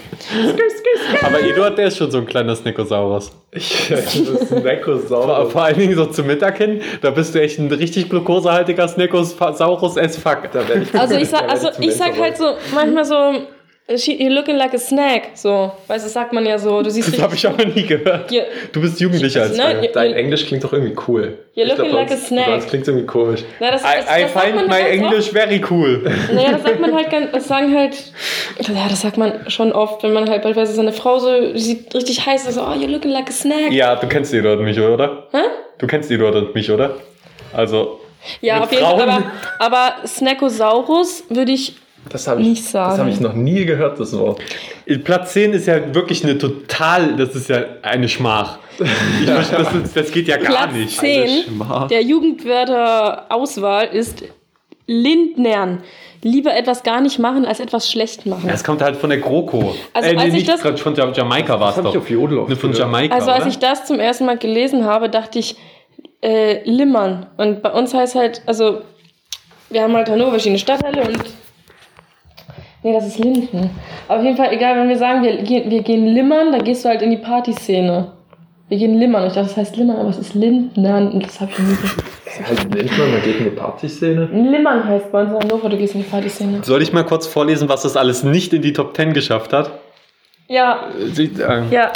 Aber Eduard, der ist schon so ein kleiner Snackosaurus. Ich, Snackosaurus. Vor allen Dingen so zum Mittag hin, da bist du echt ein richtig glukosehaltiger Snackosaurus as fuck. Da werd ich, also ich sag, also ich sag halt so manchmal so, you're looking like a snack, so, weißt du, das sagt man ja so. Du siehst das habe ich aber nie gehört. You're, du bist jugendlicher als ne, ich. Dein Englisch klingt doch irgendwie cool. You're looking glaub, like a snack. Das klingt irgendwie komisch. Na, das, das, das I, I find my English oft. Very cool. Naja, das sagt man halt, das sagen halt, ja, das sagt man schon oft, wenn man halt beispielsweise seine Frau so, die sieht richtig heiß ist, so, oh, you're looking like a snack. Ja, du kennst die dort und mich, oder? Hä? Du kennst die dort und mich, oder? Also, ja, auf jeden Fall, aber, aber Snackosaurus würde ich Das habe ich, ich, das hab ich noch nie gehört, das Wort. Platz zehn ist ja wirklich eine total, das ist ja eine Schmach. Ich ja, möchte, das, ist, das geht ja gar Platz nicht. zehn der Jugendwörter-Auswahl ist Lindnern. Lieber etwas gar nicht machen, als etwas schlecht machen. Das kommt halt von der GroKo. Also, äh, nee, als ich nicht das, von Jamaika war es doch. Ich auf Jodel auf von Jamaika, also als oder? ich das zum ersten Mal gelesen habe, dachte ich, äh, Limmern. Und bei uns heißt halt, also wir haben halt Hannover verschiedene Stadtteile und nee, das ist Linden. Aber auf jeden Fall, egal, wenn wir sagen, wir, wir gehen limmern, dann gehst du halt in die Partyszene. Wir gehen limmern. Ich dachte, das heißt limmern, aber es ist Lindnern und das habe ich nie gehört. Halt Lindnern, man geht in die Partyszene? Limmern heißt bei uns in Hannover, du gehst in die Partyszene. Soll ich mal kurz vorlesen, was das alles nicht in die Top zehn geschafft hat? Ja. Sie, äh, ja.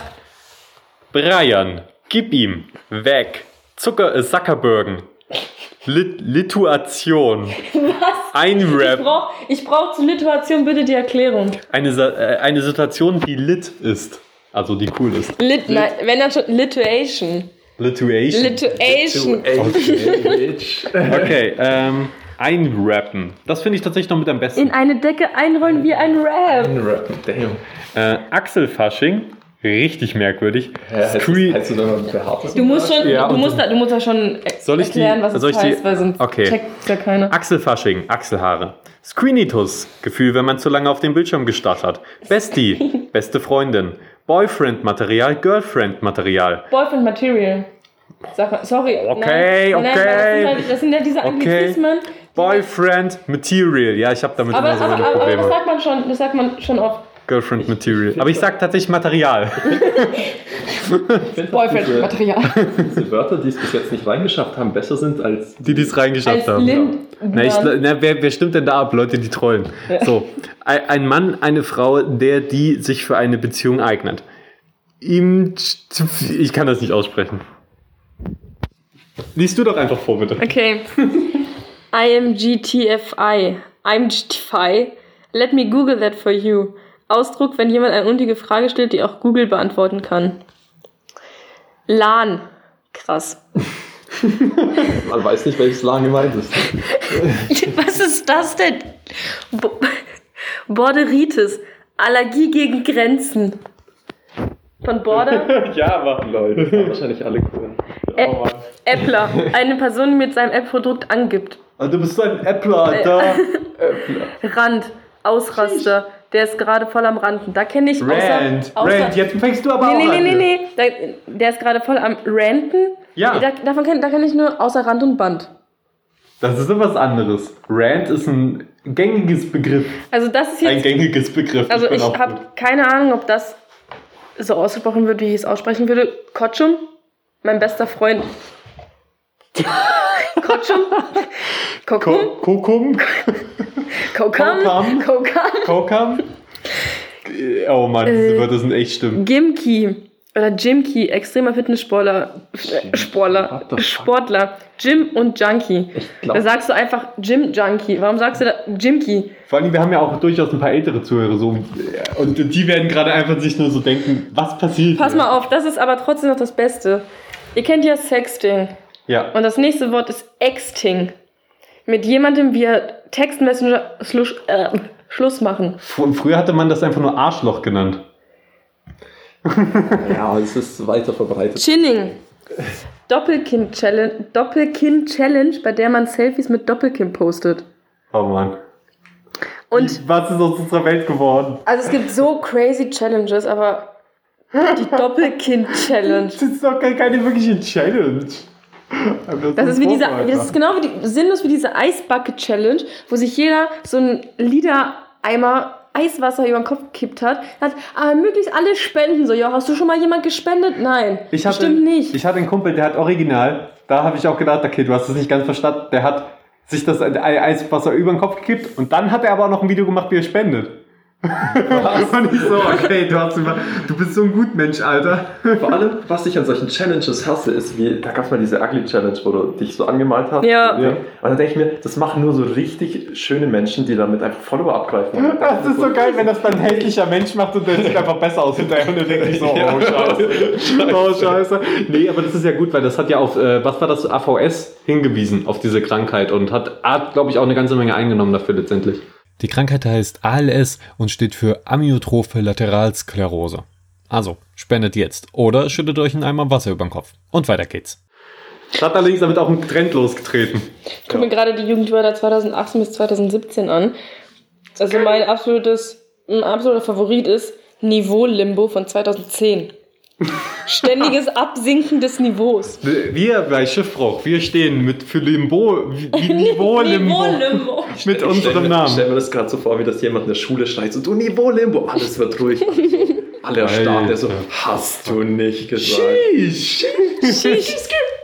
Brian, gib ihm, weg, Zucker, äh, Zuckerbergen. Lit- Lituation. Was? Einrap. Ich brauche ich brauch zur Lituation bitte die Erklärung. Eine, äh, eine Situation, die lit ist. Also die cool ist. Lit, nein, wenn dann schon Lituation. Lituation. Lituation. Okay, okay ähm, einrappen. Das finde ich tatsächlich noch mit am besten. In eine Decke einrollen wie ein Rap. Einrappen, damn. Äh, Achselfasching. Richtig merkwürdig. Ja, Screen. Heißt, heißt du, du musst schon, ja, du musst da, du musst da schon soll ich erklären, die, was es soll ich heißt, die, weil sonst okay. checkt ja keiner. Achselfasching, Achselhaare. Screenitus, Gefühl, wenn man zu lange auf den Bildschirm gestarrt hat. Bestie, beste Freundin. Boyfriend-Material, Girlfriend-Material. Boyfriend-Material. Sorry. Okay, nein, okay. Nein, das, sind halt, das sind ja diese Anglizismen. Okay. Boyfriend-Material. Ja, ich habe damit aber, immer so aber, meine aber, Probleme. Aber das sagt man schon, das sagt man schon oft. Girlfriend Material. Aber ich sag tatsächlich Material. Boyfriend Material. Diese Wörter, die es bis jetzt nicht reingeschafft haben, besser sind als die, die es reingeschafft als haben. Lind- na, ich, na, wer, wer stimmt denn da ab? Leute, die trollen. Ja. So, ein Mann, eine Frau, der die sich für eine Beziehung eignet. Ihm, ich kann das nicht aussprechen. Liest du doch einfach vor, bitte. Okay. I am G T F I. I'm G T F I. Let me Google that for you. Ausdruck, wenn jemand eine untige Frage stellt, die auch Google beantworten kann. LAN. Krass. Man weiß nicht, welches LAN gemeint ist. Was ist das denn? Bo- Borderitis. Allergie gegen Grenzen. von Border. Ja, aber Leute, das waren wahrscheinlich alle cool. Ä- oh, Äppler. Eine Person, die mit seinem App-Produkt angibt. Also du bist so ein Äppler, Alter. Äppler. Rand. Ausraster. Der ist gerade voll am Randen. Da kenne ich außer... Rant. außer Rant. Jetzt fängst du aber nee, auch nee, an. Nee, nee, nee, nee. Der ist gerade voll am Ranten. Ja. Da, davon kenn, da kenne ich nur außer Rand und Band. Das ist was anderes. Rant ist ein gängiges Begriff. Also das ist jetzt... Ein gängiges Begriff. Also ich, ich habe keine Ahnung, ob das so ausgesprochen wird, wie ich es aussprechen würde. Kotschum, mein bester Freund. Kotschum? Kokum? Kokum? Kokam? Kokam? Kokam? Oh Mann, diese äh, Wörter sind echt schlimm. Gimki oder Jimki, extremer Fitnesssportler, äh, Sportler, Sportler, Gym und Junkie. Da sagst du einfach Gym Junkie. Warum sagst du da Jimki? Vor allem, wir haben ja auch durchaus ein paar ältere Zuhörer so und die werden gerade einfach sich nur so denken, was passiert Pass hier? mal auf, das ist aber trotzdem noch das Beste. Ihr kennt ja Sexting. Ja. Und das nächste Wort ist Exting. Mit jemandem via Textmessenger Schluss, äh, Schluss machen. Und früher hatte man das einfach nur Arschloch genannt. Ja, es ist weiter verbreitet. Chinning. Doppelkinn-Challenge, Doppelkinn-Challenge, bei der man Selfies mit Doppelkinn postet. Oh Mann. Und was ist aus unserer Welt geworden? Also es gibt so crazy Challenges, aber die Doppelkinn-Challenge. Das ist doch keine wirkliche Challenge. Das, das, ist wie diese, das ist genau wie die, sinnlos wie diese Eisbucket-Challenge, wo sich jeder so einen Liter-Eimer Eiswasser über den Kopf gekippt hat. Hat aber möglichst alle spenden. So, ja, hast du schon mal jemand gespendet? Nein, ich hatte, bestimmt nicht. Ich hatte einen Kumpel, der hat original, da habe ich auch gedacht, okay, du hast es nicht ganz verstanden, der hat sich das Eiswasser über den Kopf gekippt und dann hat er aber auch noch ein Video gemacht, wie er spendet. Und ich so, okay, du, hast immer, du bist so ein Gutmensch, Alter. Vor allem, was ich an solchen Challenges hasse, ist wie, da gab es mal diese Ugly Challenge, wo du dich so angemalt hast. Ja. Und dann denke ich mir, das machen nur so richtig schöne Menschen, die damit einfach Follower abgreifen. Das, das ist so geil, wenn das dann ein hässlicher Mensch macht und der sieht einfach besser aus hinterher und der denkt sich so, oh scheiße, oh scheiße. Nee, aber das ist ja gut, weil das hat ja auf, äh, was war das, A V S hingewiesen, auf diese Krankheit und hat, hat glaube ich, auch eine ganze Menge eingenommen dafür letztendlich. Die Krankheit heißt A L S und steht für Amyotrophe Lateralsklerose. Also, spendet jetzt oder schüttet euch in Eimer Wasser über den Kopf. Und weiter geht's. Hat allerdings damit auch ein Trend losgetreten. Ich gucke mir gerade die Jugendwörter zweitausendachtzehn bis zweitausendsiebzehn an. Also mein absolutes, mein absoluter Favorit ist Niveau-Limbo von zweitausendzehn. Ständiges Absinken des Niveaus. Wir bei Schiffbruch, wir stehen mit für Limbo, wie Niveau-Limbo. Niveau-Limbo. Mit unserem Namen. Ich stelle mir das gerade so vor, wie das jemand in der Schule schreit, so, du Niveau-Limbo, alles wird ruhig. Alle erstarrt, der so, hast du nicht gesagt. Sheesh. Sheesh.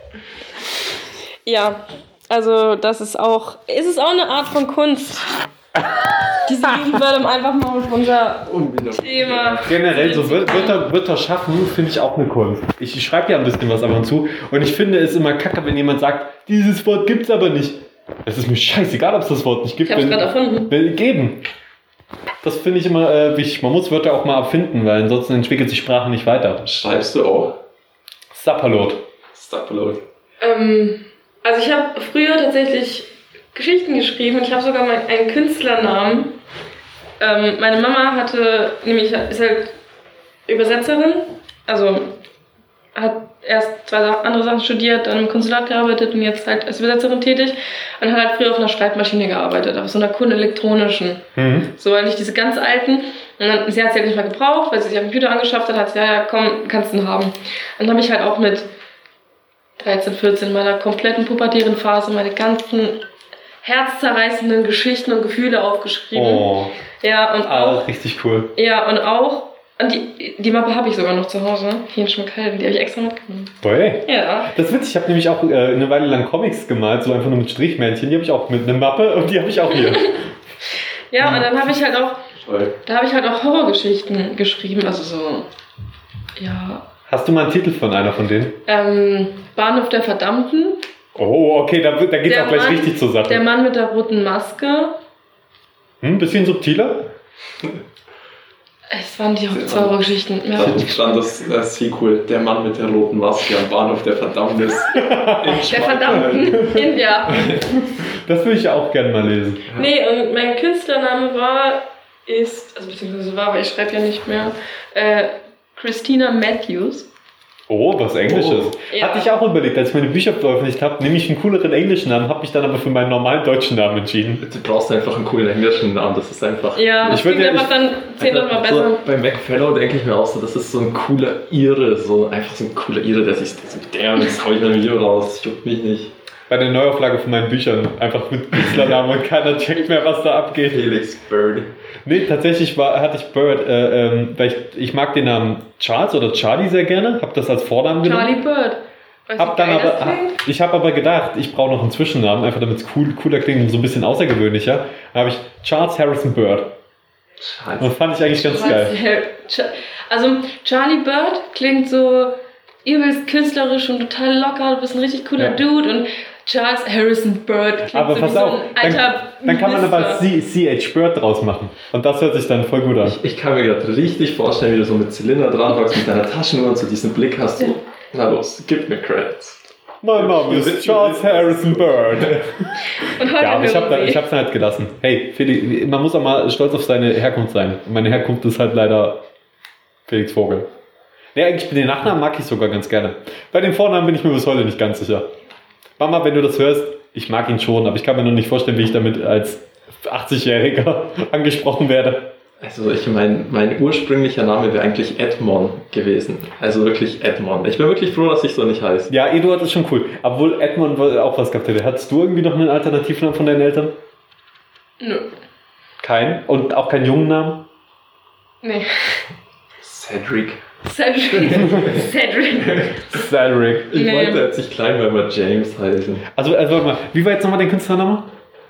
Ja, also das ist auch, es ist auch eine Art von Kunst. Diese Jugendwörter um einfach mal auf unser Thema. Generell so Wörter, Wörter schaffen, finde ich auch eine Kunst. Ich schreibe ja ein bisschen was ab und zu und ich finde es immer kacke, wenn jemand sagt, dieses Wort gibt's aber nicht. Es ist mir scheißegal, ob es das Wort nicht gibt. Ich hab's gerade erfunden. Wenn, geben. Das finde ich immer äh, wichtig. Man muss Wörter auch mal abfinden, weil ansonsten entwickelt sich Sprache nicht weiter. Schreibst du auch? Sapperlot. Sapperlot. Ähm, also ich habe früher tatsächlich Geschichten geschrieben und ich habe sogar mal einen Künstlernamen. Ähm, meine Mama hatte, nämlich ist halt Übersetzerin, also hat erst zwei andere Sachen studiert, dann im Konsulat gearbeitet und jetzt halt als Übersetzerin tätig und hat halt früher auf einer Schreibmaschine gearbeitet, auf so einer kundenelektronischen. Mhm. So, nicht diese ganz alten. Und dann, sie hat sie halt nicht mehr gebraucht, weil sie sich am Computer angeschafft hat, hat sie, ja, ja, komm, kannst du ihn haben. Und dann habe ich halt auch mit dreizehn, vierzehn in meiner kompletten pubertären Phase meine ganzen herzzerreißenden Geschichten und Gefühle aufgeschrieben. Oh. Ja, und auch. Ah, richtig cool. Ja, und auch. Und die, die Mappe habe ich sogar noch zu Hause. Hier in Schmuckhalden. Die habe ich extra mitgenommen. Boy. Ja. Das ist witzig. Ich habe nämlich auch äh, eine Weile lang Comics gemalt, so einfach nur mit Strichmännchen. Die habe ich auch mit einer Mappe und die habe ich auch hier. Ja, und dann habe ich halt auch. Da habe ich halt auch Horrorgeschichten geschrieben. Also so. Ja. Hast du mal einen Titel von einer von denen? Ähm, Bahnhof der Verdammten. Oh, okay, da, da geht es auch gleich Mann, richtig zur Sache. Der Mann mit der roten Maske. Hm, bisschen subtiler? Es waren die zwei Horrorgeschichten. Ja. Da stand das, das Sequel, der Mann mit der roten Maske am Bahnhof der Verdammnis. Der Verdammten, in, ja. Das würde ich auch gerne mal lesen. Nee, und mein Künstlername war, ist, also beziehungsweise war, aber ich schreibe ja nicht mehr, äh, Christina Matthews. Oh, was Englisches. Oh, ja. Hatte ich auch überlegt, als ich meine Bücher veröffentlicht habe, nehme ich einen cooleren englischen Namen, habe mich dann aber für meinen normalen deutschen Namen entschieden. Du brauchst einfach einen coolen englischen Namen, das ist einfach... Ja, das ich würde klingt ja, einfach dann zehnmal besser. So, bei McFellow denke ich mir auch so, das ist so ein cooler Ire, so einfach so ein cooler Ire, der sich der so, der, jetzt hau ich mein Video raus, das juckt mich nicht. Bei der Neuauflage von meinen Büchern einfach mit Künstlernamen und keiner checkt mehr, was da abgeht. Felix Bird. Nee, tatsächlich war, hatte ich Bird, äh, ähm, weil ich, ich mag den Namen Charles oder Charlie sehr gerne, habe das als Vornamen genommen. Charlie Bird. Weißt Hab du, dann geil aber, das klingt? ich habe aber gedacht, ich brauche noch einen Zwischennamen, einfach damit es cool, cooler klingt und so ein bisschen außergewöhnlicher. Da habe ich Charles Harrison Bird. Scheiße. Das fand ich eigentlich ganz geil. Also Charlie Bird klingt so übelst künstlerisch und total locker, du bist ein richtig cooler Ja. Dude und Charles Harrison Bird klingt Aber so pass wie so auf, ein dann, alter dann kann man aber Minister. C H Bird draus machen. Und das hört sich dann voll gut an. Ich, ich kann mir gerade richtig vorstellen, wie du so mit Zylinder dran wachst, mit deiner Taschenuhr und so diesen Blick hast, so, na los, gib mir Credits. Mein Name ist Charles Harrison Bird. Und heute Ja, aber ich habe irgendwie. ich hab's dann halt gelassen. Hey, Felix, man muss auch mal stolz auf seine Herkunft sein. Und meine Herkunft ist halt leider Felix Vogel. Nee, eigentlich den Nachnamen mag ich sogar ganz gerne. Bei dem Vornamen bin ich mir bis heute nicht ganz sicher. Mama, wenn du das hörst, ich mag ihn schon, aber ich kann mir noch nicht vorstellen, wie ich damit als achtzigjähriger angesprochen werde. Also ich meine, mein ursprünglicher Name wäre eigentlich Edmond gewesen. Also wirklich Edmond. Ich bin wirklich froh, dass ich so nicht heiße. Ja, Eduard ist schon cool. Obwohl Edmund auch was gehabt hätte. Hattest du irgendwie noch einen Alternativnamen von deinen Eltern? Nö. Kein? Und auch keinen jungen Namen? Nee. Cedric. Cedric. Cedric. Cedric. Ich Nee. wollte, als ich klein war, mal James heißen. Also, also warte mal, wie war jetzt nochmal dein Künstlername?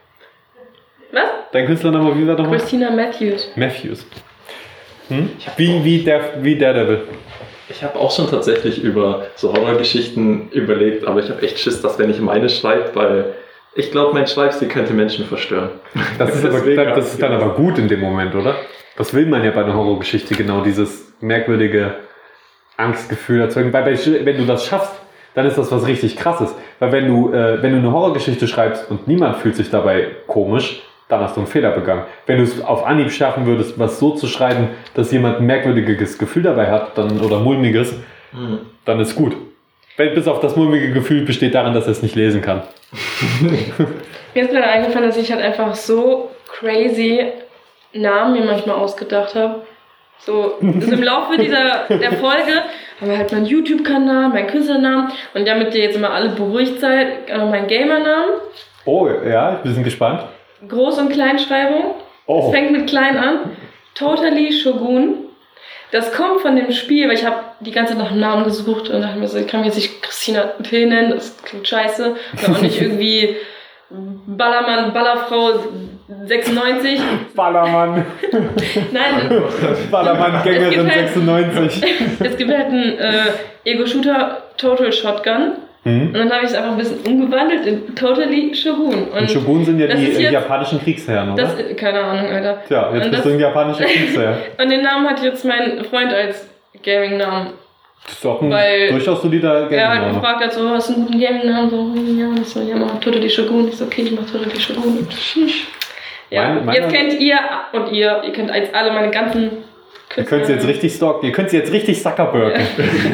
Was? Dein Künstlername, wie war nochmal? Christina Matthews. Matthews. Hm? Wie, wie, der, wie Daredevil. Ich habe auch schon tatsächlich über so Horrorgeschichten überlegt, aber ich habe echt Schiss, dass wenn ich meine schreibe, weil ich glaube, mein Schreibstil könnte Menschen verstören. Das ist, aber, Deswegen das ist dann aber gut in dem Moment, oder? Das will man ja bei einer Horrorgeschichte, genau dieses merkwürdige Angstgefühl erzeugen. Weil bei, wenn du das schaffst, dann ist das was richtig Krasses. Weil wenn du, äh, wenn du eine Horrorgeschichte schreibst und niemand fühlt sich dabei komisch, dann hast du einen Fehler begangen. Wenn du es auf Anhieb schaffen würdest, was so zu schreiben, dass jemand ein merkwürdiges Gefühl dabei hat, dann, oder mulmiges, Mhm. dann ist gut. Wenn, bis auf das mulmige Gefühl besteht darin, dass er es nicht lesen kann. Mir ist gerade eingefallen, dass ich halt einfach so crazy Namen mir manchmal ausgedacht habe. So, so im Laufe dieser der Folge haben wir halt meinen YouTube-Kanal, meinen Künstlernamen und damit ihr jetzt immer alle beruhigt seid, auch noch meinen Gamer-Namen. Oh, ja, wir sind gespannt. Groß- und Kleinschreibung. Oh. Es fängt mit klein an. Totally Shogun. Das kommt von dem Spiel, weil ich habe die ganze Zeit nach einem Namen gesucht und dachte mir so, ich kann mich jetzt nicht Christina T nennen, das klingt scheiße. Oder auch nicht irgendwie Ballermann, Ballerfrau sechsundneunzig. Ballermann. Nein, Ballermann-Gängerin Es gibt halt- sechsundneunzig. es gibt halt einen äh, Ego-Shooter Total Shotgun. Hm? Und dann habe ich es einfach ein bisschen umgewandelt in Totally Shogun. Und Shogun sind ja das die ist äh, jetzt- japanischen Kriegsherren, oder? Das, keine Ahnung, Alter. Tja, jetzt Und bist das- du ein japanischer Kriegsherr. Und den Namen hat jetzt mein Freund als Gaming-Namen. Das ist doch ein Weil- durchaus solider Er hat Gaming-Name. gefragt, hat so, hast du einen guten Gaming-Namen? So, hm, ja, das so, ja, mach Totally Shogun. Ich so, okay, ich mach Totally Shogun. Ja, Meine- meine- jetzt kennt ihr und ihr, ihr kennt jetzt alle meine ganzen Ihr könnt sie jetzt richtig stalken, ihr könnt sie jetzt richtig Zuckerbergen.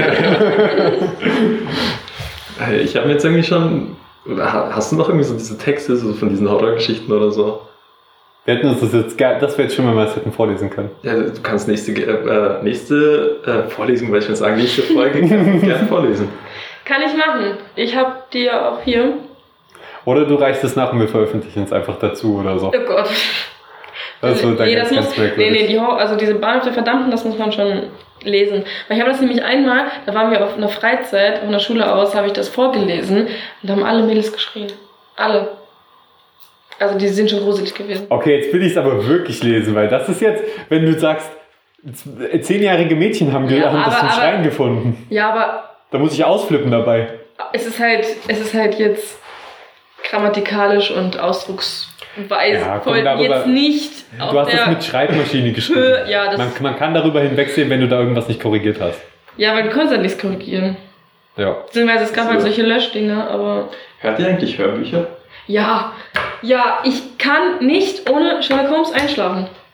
Hey, Ich habe mir jetzt irgendwie schon... oder ha- Hast du noch irgendwie so diese Texte so von diesen Horrorgeschichten oder so? Wir hätten uns das jetzt, ge- das wäre jetzt schon, wenn wir es hätten vorlesen können. Ja, du kannst nächste, äh, nächste äh, Vorlesung, weil ich schon sagen, nächste Folge kannst du gerne vorlesen. Kann ich machen. Ich hab die ja auch hier. Oder du reichst es nach und wir veröffentlichen es einfach dazu oder so. Oh Gott. Das wird dann nee, ganz, das ganz muss, nee, merkwürdig. nee, die, Hor- also diese Bahnhof der Verdammten, das muss man schon lesen. Weil ich habe das nämlich einmal, da waren wir auf einer Freizeit, von der Schule aus, habe ich das vorgelesen und da haben alle Mädels geschrien. Alle. Also die sind schon gruselig gewesen. Okay, jetzt will ich es aber wirklich lesen, weil das ist jetzt, wenn du sagst, z- zehnjährige Mädchen haben, ge- Ja, haben das aber- zum aber- Schreien gefunden. Ja, aber Da muss ich ausflippen dabei. es ist halt, es ist halt jetzt grammatikalisch und ausdrucksweise Ja, komm, voll darüber- jetzt nicht auf Du hast der es mit Schreibmaschine geschrieben. Höhe, ja, das- man, man kann darüber hinwegsehen, wenn du da irgendwas nicht korrigiert hast. Ja, weil du kannst ja nichts korrigieren. Ja. Beziehungsweise es gab halt So. solche Löschdinger, aber Hört ihr eigentlich Hörbücher? ja, ja, ich kann nicht ohne Sherlock Holmes einschlafen.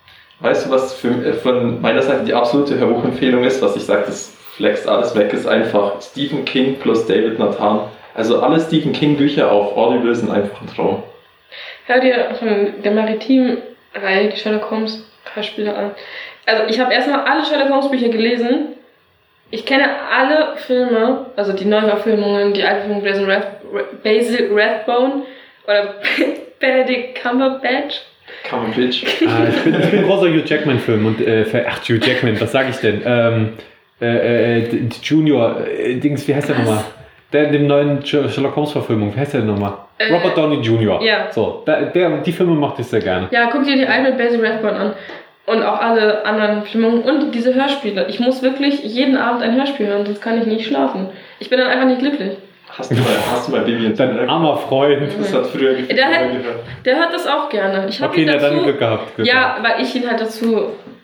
Weißt du, was für, von meiner Seite die absolute Hörbuchempfehlung ist, was ich sage, das flext alles weg, ist einfach Stephen King plus David Nathan. Also alle Stephen King Bücher auf Audible sind einfach ein Traum. Hör dir von der Maritim-Reihe die Sherlock Holmes Hörspiele an. Also ich habe erstmal alle Sherlock Holmes Bücher gelesen. Ich kenne alle Filme, also die Neuverfilmungen, die alten Basil, Rath- Basil Rathbone oder Benedict Cumberbatch. Cumberbatch. Ah, ich, bin, ich bin ein großer Hugh Jackman-Film und äh, ach, Hugh Jackman, was sag ich denn? Ähm, äh, äh, Junior, äh, Dings, wie heißt der nochmal? Der in dem neuen Sherlock Holmes-Verfilmung, wie heißt der denn nochmal? Äh, Robert Downey Junior Ja. So, der, der, die Filme mochte ich sehr gerne. Ja, guck dir die alten mit Basil Rathbone an. Und auch alle anderen Filmungen und diese Hörspiele. Ich muss wirklich jeden Abend ein Hörspiel hören, sonst kann ich nicht schlafen. Ich bin dann einfach nicht glücklich. Hast du mal, hast du mal Baby und Dein armer Freund. Das hat früher gefühlt. Der, hat, der hört das auch gerne. Ich Okay, ihn na dazu, dann Glück gehabt. Glück ja, weil ich ihn halt dazu...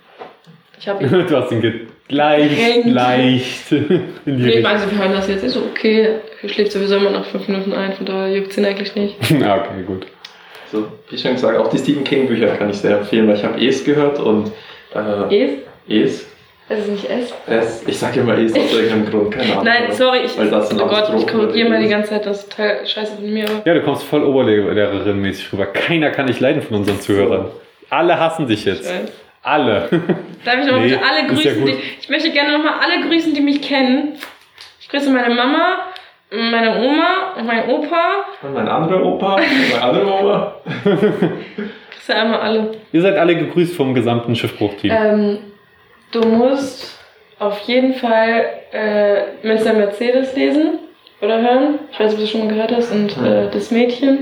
Ich hab ihn... Du hast ihn ge- leicht, Drängt. leicht in die Nee, ich Richtung. meine, wir hören das jetzt. Ist so okay. Er schläft sowieso immer nach fünf Minuten ein, von daher juckt es ihn eigentlich nicht. Ah, okay, gut. So, wie schon gesagt, auch die Stephen King Bücher kann ich sehr empfehlen, weil ich habe Es gehört und äh, Es? Es. Es ist nicht Es. Es. Ich sage immer Es aus irgendeinem Grund, keine Ahnung. Nein, sorry, ich... Weil das sind Oh alles Gott, ich Drogen- korrigiere mal die ganze Zeit, das ist total scheiße von mir. Ja, du kommst voll Oberlehrerin-mäßig rüber. Keiner kann dich leiden von unseren Zuhörern. Alle hassen dich jetzt. Ich weiß. Alle. Darf ich nochmal Nee, bitte alle ist ja grüßen? gut. die, ich möchte gerne nochmal alle grüßen, die mich kennen. Ich grüße meine Mama, meine Oma und meinen Opa. Und mein anderer Opa, und meine andere Oma. Ich grüße einmal alle. Ihr seid alle gegrüßt vom gesamten Schiffbruch-Team. Ähm, du musst auf jeden Fall äh, Mister Mercedes lesen oder hören. Ich weiß nicht, ob du das schon mal gehört hast. Und äh, das Mädchen.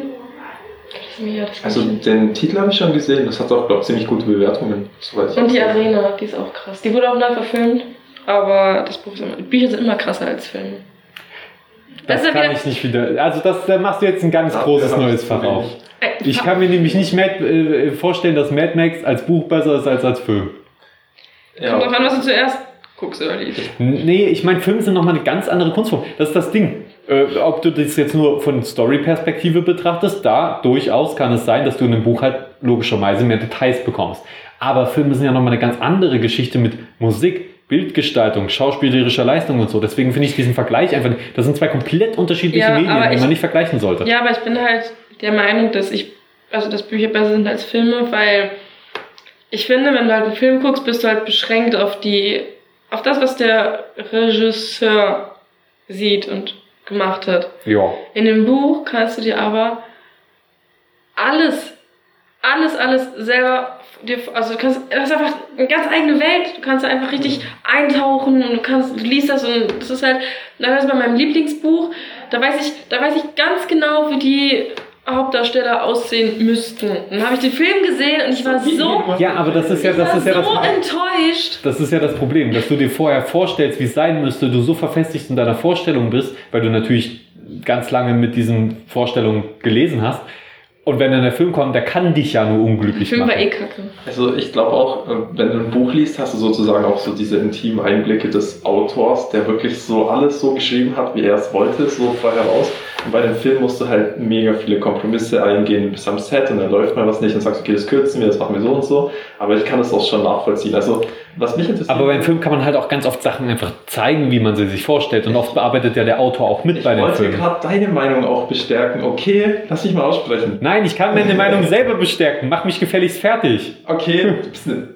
Das Mädchen, das Also Mädchen. den Titel habe ich schon gesehen, das hat auch, glaube ich, ziemlich gute Bewertungen. Soweit ich Und die weiß. Arena, die ist auch krass. Die wurde auch neu verfilmt. Aber das Buch ist immer, Bücher sind immer krasser als Filme. das das ist ja kann wieder- ich nicht wieder. Also, das, da machst du jetzt ein ganz Ja, großes ja, neues das Fach will auf. Äh, Ich kann mir nämlich nicht Mad, äh, vorstellen, dass Mad Max als Buch besser ist als als Film. Kommt drauf Ja. an, was du zuerst guckst, oder nicht? Nee, ich meine, Filme sind nochmal eine ganz andere Kunstform. Das ist das Ding. Äh, ob du das jetzt nur von Story-Perspektive betrachtest, da durchaus kann es sein, dass du in einem Buch halt logischerweise mehr Details bekommst. Aber Filme sind ja nochmal eine ganz andere Geschichte mit Musik, Bildgestaltung, schauspielerischer Leistung und so. Deswegen finde ich diesen Vergleich einfach, das sind zwei komplett unterschiedliche Ja, Medien, aber die ich- man nicht vergleichen sollte. Ja, aber ich bin halt der Meinung, dass ich, also dass Bücher besser sind als Filme, weil ich finde, wenn du halt einen Film guckst, bist du halt beschränkt auf die, auf das, was der Regisseur sieht und gemacht hat. Ja. In dem Buch kannst du dir aber alles, alles, alles selber dir, also du kannst, das ist einfach eine ganz eigene Welt. Du kannst da einfach richtig eintauchen und du kannst, du liest das und das ist halt, das ist bei meinem Lieblingsbuch, da weiß ich, da weiß ich ganz genau, wie die Hauptdarsteller aussehen müssten. Dann habe ich den Film gesehen und ich war so, Ja, aber das ist ja, ich das war ist ja so das. enttäuscht. Das ist ja das Problem, dass du dir vorher vorstellst, wie es sein müsste, du so verfestigt in deiner Vorstellung bist, weil du natürlich ganz lange mit diesen Vorstellungen gelesen hast. Und wenn dann der Film kommt, der kann dich ja nur Der unglücklich Film machen. war eh kacke. Also ich glaube auch, äh, wenn du ein Buch liest, hast du sozusagen auch so diese intimen Einblicke des Autors, der wirklich so alles so geschrieben hat, wie er es wollte, so frei heraus. Und bei dem Film musst du halt mega viele Kompromisse eingehen, du bist am Set und dann läuft mal was nicht und sagst, okay, das kürzen wir, das machen wir so und so. Aber ich kann das auch schon nachvollziehen. Also was mich interessiert... Aber beim Film kann man halt auch ganz oft Sachen einfach zeigen, wie man sie sich vorstellt. Und oft bearbeitet ja der Autor auch mit ich bei den wollte Filmen. gerade deine Meinung auch bestärken. Okay, lass mich mal aussprechen. Nein, ich kann meine Meinung selber bestärken. Mach mich gefälligst fertig. Okay, du bist eine...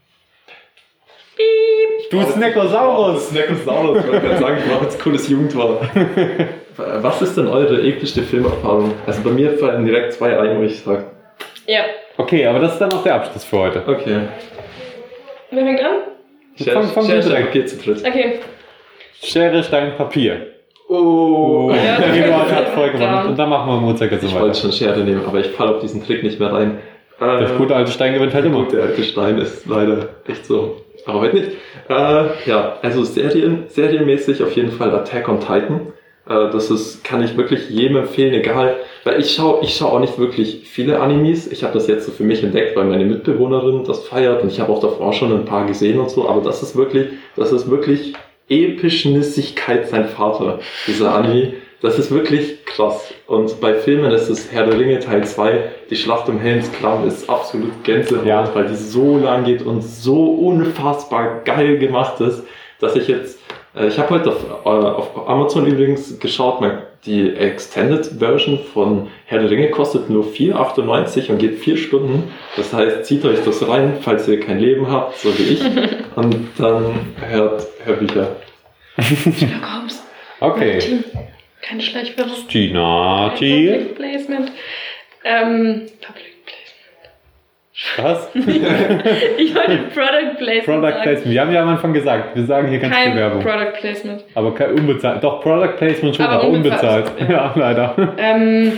Du Snackosaurus. Snackosaurus, ich wollte gerade sagen, ich mache jetzt cooles Jugendwort. Was ist denn eure epischste Filmerfahrung? Also bei mir fallen direkt zwei ein, wo ich sage. Ja. Okay, aber das ist dann auch der Abschluss für heute. Okay. Wer fängt an? Fang- fang Schere, du Stein, direkt. Papier zu dritt. Okay. Schere, Stein, Papier. Oh. Ja. Eduard hat voll gewonnen. Ja. Und dann machen wir Mozart jetzt Ich so wollte weiter. schon Schere nehmen, aber ich falle auf diesen Trick nicht mehr rein. Äh, Der gute alte Stein gewinnt halt immer. Der alte Stein ist leider echt so. Aber heute nicht. Äh, ja, also Serien, serienmäßig auf jeden Fall Attack on Titan. Äh, das ist, kann ich wirklich jedem empfehlen, egal. Weil ich schaue ich schau auch nicht wirklich viele Animes. Ich habe das jetzt so für mich entdeckt, weil meine Mitbewohnerin das feiert und ich habe auch davor schon ein paar gesehen und so. Aber das ist wirklich, das ist wirklich Epischnissigkeit sein Vater, dieser Anime. das ist wirklich krass. Und bei Filmen ist es Herr der Ringe Teil zwei, die Schlacht um Helms Klamm ist absolut Gänsehaut, Ja. weil die so lang geht und so unfassbar geil gemacht ist, dass ich jetzt, äh, ich habe heute auf, äh, auf Amazon übrigens geschaut, man, die Extended Version von Herr der Ringe kostet nur vier Euro achtundneunzig und geht vier Stunden. Das heißt, zieht euch das rein, falls ihr kein Leben habt, so wie ich, und dann hört Hörbücher. Sherlock Holmes. Okay. Team. Keine Schleichwerbung. Gina, G. Public Placement. Ähm, Public Placement. Was? Ich wollte Product Placement Product sagen. Placement. Wir haben ja am Anfang gesagt, wir sagen hier ganz Kein viel Werbung. Product Placement. Aber kein unbezahlt. Doch, Product Placement schon, aber, Aber unbezahlt. unbezahlt. Ja, leider. Ähm,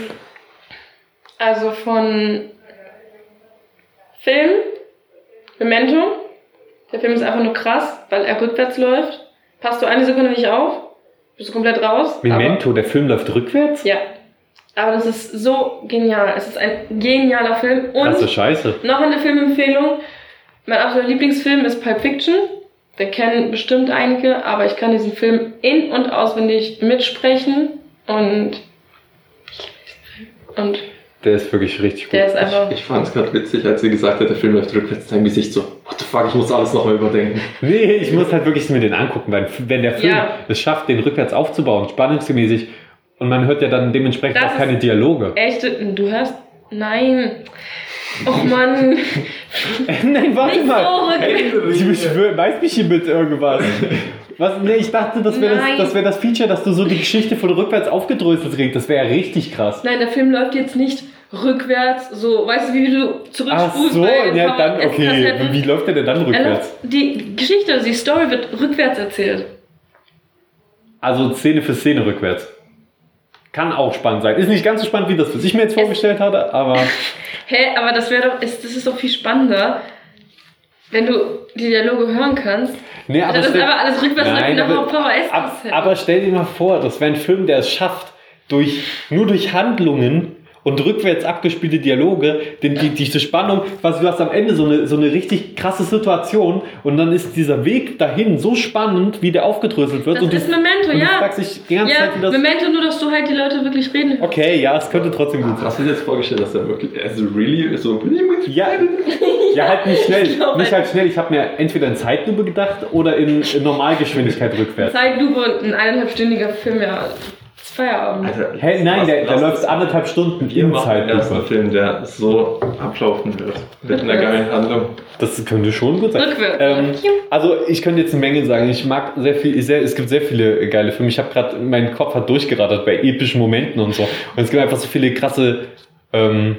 also von Film, Memento. Der Film ist einfach nur krass, weil er rückwärts läuft. Passt du eine Sekunde nicht auf, bist du komplett raus. Memento, der Film läuft rückwärts? Aber, ja. Aber das ist so genial. Es ist ein genialer Film. Und Krasse Scheiße. noch eine Filmempfehlung. Mein absoluter Lieblingsfilm ist Pulp Fiction. Den kennen bestimmt einige, aber ich kann diesen Film in- und auswendig mitsprechen. Und ich liebe diesen Film. Und Der ist wirklich richtig gut. der ist einfach... Ich fand es gerade witzig, als sie gesagt hat, der Film läuft rückwärts, dein Gesicht so, what the fuck, ich muss alles nochmal überdenken. Nee, ich muss halt wirklich mir den angucken, weil wenn der Film Ja. es schafft, den rückwärts aufzubauen, spannungsgemäß, und man hört ja dann dementsprechend Das auch keine ist- Dialoge. Echte... Du hörst... Nein. Och Mann. Nein, warte Nicht mal. so rückwärts. Ich beschwöre, weiß mich hier mit irgendwas. Was? Nee, ich dachte, das wäre das, Nein. das, wär das Feature, dass du so die Geschichte von rückwärts aufgedröselt kriegst. Das wäre ja richtig krass. Nein, der Film läuft jetzt nicht rückwärts, so, weißt du, wie du Ach zurückspulst so, bei ja, dann, V H okay. S-Kassetten. Wie läuft der denn dann Er rückwärts? läuft- Die Geschichte, also die Story wird rückwärts erzählt. Also Szene für Szene rückwärts. Kann auch spannend sein. Ist nicht ganz so spannend, wie das, was ich mir jetzt vorgestellt hatte, aber Hä, aber das wäre doch, ist, das ist doch viel spannender, wenn du die Dialoge hören kannst. nee, aber das ist stell- aber alles rückwärts Nein, nach aber, V H ab, S-Kassette. aber stell dir mal vor, das wäre ein Film, der es schafft, durch, nur durch Handlungen und rückwärts abgespielte Dialoge, denn die, diese Spannung, was du hast am Ende so eine, so eine richtig krasse Situation und dann ist dieser Weg dahin so spannend, wie der aufgedröselt wird. Das und ist du, Memento, und du ja. fragst dich die ganze Ja, Zeit, wie das... Memento, nur dass du halt die Leute wirklich reden hörst. Okay, ja, es könnte trotzdem gut sein. Hast du dir jetzt vorgestellt, dass er wirklich, also really, so, Ja, ja, halt nicht schnell. Ich glaub, Nicht halt schnell. Ich habe mir entweder in Zeitlupe gedacht oder in, in Normalgeschwindigkeit rückwärts. Zeitlupe und ein eineinhalbstündiger Film, ja, ist Feierabend. Alter, Hä, nein, der, der lass läuft es- anderthalb Stunden Wir in machen den ersten Zeitlupe. Film, der so ablaufen wird. Mit einer geilen Handlung. Das könnte schon gut sein. Rückwärts. Ähm, also ich könnte jetzt eine Menge sagen. Ich mag sehr viel, sehr, es gibt sehr viele geile Filme. Ich habe gerade, mein Kopf hat durchgerattert bei epischen Momenten und so. Und es gibt einfach so viele krasse ähm,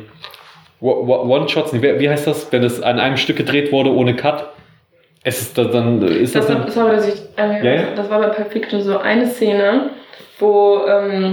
One-Shots. Wie, wie heißt das, wenn es an einem Stück gedreht wurde ohne Cut? Es ist das dann, ist das, Das dann war, sorry, dass ich, äh, Ja, ja. das war bei Pulp Fiction so eine Szene, wo, ähm,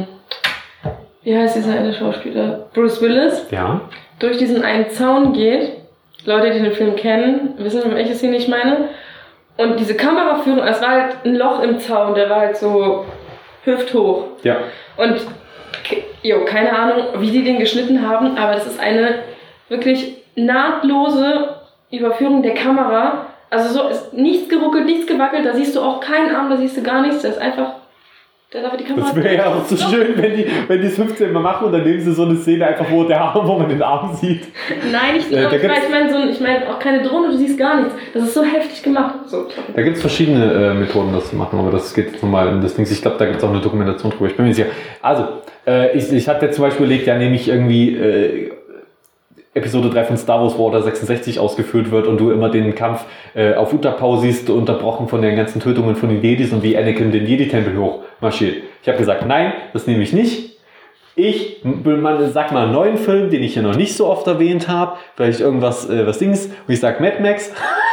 wie heißt dieser eine Schauspieler? Bruce Willis ja? durch diesen einen Zaun geht. Leute, die den Film kennen, wissen, welche Szene ich meine. Und diese Kameraführung, es war halt ein Loch im Zaun, der war halt so hüfthoch. Ja. Und, ke- jo, keine Ahnung, wie die den geschnitten haben, aber das ist eine wirklich nahtlose Überführung der Kamera. Also so ist nichts geruckelt, nichts gewackelt, da siehst du auch keinen Arm, da siehst du gar nichts, da ist einfach, da darf die Kamera... Das wäre ja auch so schön, wenn die wenn die es fünfzehn Mal machen und dann nehmen sie so eine Szene einfach, wo der Arm, wo man den Arm sieht. Nein, ich, Äh, da ich meine gibt's- ich mein, so, ein- ich mein auch keine Drohne, du siehst gar nichts. Das ist so heftig gemacht. So. Da gibt es verschiedene äh, Methoden, das zu machen, aber das geht jetzt nochmal in das Ding. Ich glaube, da gibt es auch eine Dokumentation drüber. Ich bin mir nicht sicher. Also, äh, ich, ich hatte zum Beispiel überlegt, ja, nämlich irgendwie äh, Episode drei von Star Wars, wo Order sechsundsechzig ausgeführt wird und du immer den Kampf äh, auf Utapau siehst, unterbrochen von den ganzen Tötungen von den Jedis und wie Anakin den Jedi-Tempel hochmarschiert. Ich habe gesagt, nein, das nehme ich nicht. Ich will mal, sag mal einen neuen Film, den ich hier noch nicht so oft erwähnt habe. Vielleicht irgendwas, äh, was Dings. Und ich sag Mad Max.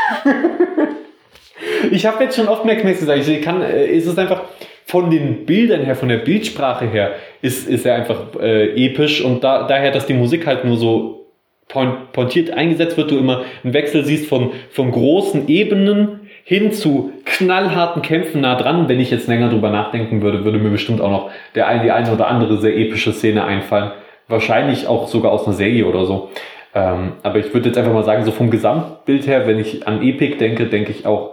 Ich habe jetzt schon oft Mad Max gesagt. Ich kann, äh, ist es einfach von den Bildern her, von der Bildsprache her, ist, ist er einfach äh, episch. Und da, daher, dass die Musik halt nur so point, pointiert eingesetzt wird, du immer einen Wechsel siehst von, von großen Ebenen hin zu knallharten Kämpfen nah dran. Wenn ich jetzt länger drüber nachdenken würde, würde mir bestimmt auch noch der ein, die eine oder andere sehr epische Szene einfallen. Wahrscheinlich auch sogar aus einer Serie oder so. Ähm, aber ich würde jetzt einfach mal sagen, so vom Gesamtbild her, wenn ich an Epic denke, denke ich auch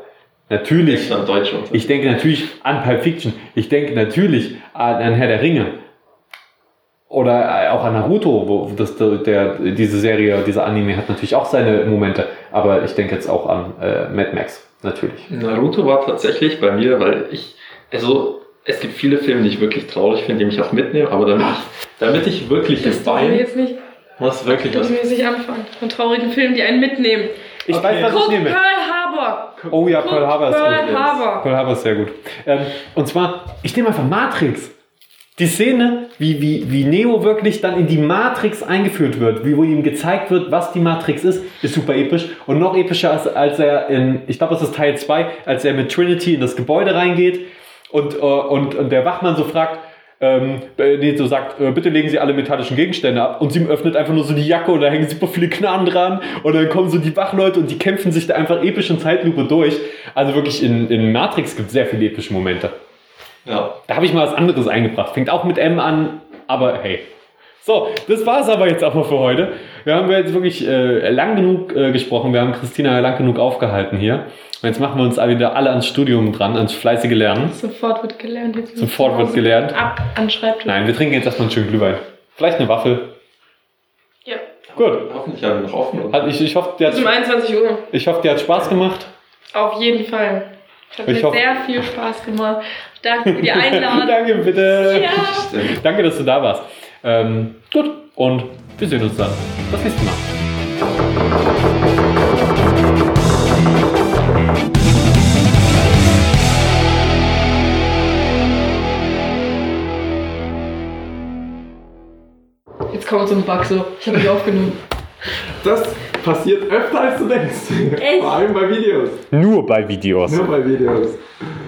natürlich. An Deutsch und so. Ich denke natürlich an Pulp Fiction. Ich denke natürlich an, an Herr der Ringe. Oder auch an Naruto, wo das, der, diese Serie, dieser Anime hat natürlich auch seine Momente. Aber ich denke jetzt auch an äh, Mad Max, natürlich. Naruto war tatsächlich bei mir, weil ich, also es gibt viele Filme, die ich wirklich traurig finde, die mich auch mitnehmen, aber damit ich, damit ich wirklich Das darf ich jetzt nicht. muss wirklich Das was. muss ich anfangen. Von traurigen Filmen, die einen mitnehmen. Ich Okay. weiß, was Guck, ich nehme. Pearl Harbor. Oh ja, Guck, Pearl Harbor ist Pearl gut. Harbor. Pearl Harbor ist sehr gut. Ähm, und zwar, ich nehme einfach Matrix. Die Szene, wie, wie, wie Neo wirklich dann in die Matrix eingeführt wird, wie wo ihm gezeigt wird, was die Matrix ist, ist super episch. Und noch epischer, als, als er in, ich glaube, das ist Teil zwei, als er mit Trinity in das Gebäude reingeht und, äh, und, und der Wachmann so fragt, ähm, nee, so sagt, äh, bitte legen Sie alle metallischen Gegenstände ab. Und sie öffnet einfach nur so die Jacke und da hängen super viele Knarren dran. Und dann kommen so die Wachleute und die kämpfen sich da einfach episch in Zeitlupe durch. Also wirklich in, in Matrix gibt es sehr viele epische Momente. Ja. Da habe ich mal was anderes eingebracht. Fängt auch mit M an, aber hey. So, das war es aber jetzt auch mal für heute. Wir haben jetzt wirklich äh, lang genug äh, gesprochen. Wir haben Christina lang genug aufgehalten hier. Und jetzt machen wir uns wieder alle ans Studium dran, ans fleißige Lernen. Sofort wird gelernt. Jetzt Sofort wird gelernt. Ab an den Schreibtisch. Nein, wir trinken jetzt erstmal einen schönen Glühwein. Vielleicht eine Waffel. Ja. Gut. Hoffentlich haben wir noch offen. Hat, ich, ich, hoffe, dir Bis um hat, einundzwanzig Uhr. ich hoffe, dir hat Spaß gemacht. Auf jeden Fall. Es hat Ich mir hoffe- sehr viel Spaß gemacht. Danke für die Einladung. Danke, bitte. Ja. Danke, dass du da warst. Ähm, gut, und wir sehen uns dann das nächste Mal. Jetzt kommt so ein Bug so. Ich habe mich aufgenommen. Das passiert öfter als du denkst. Echt? Vor allem bei Videos. Nur bei Videos. Nur bei Videos.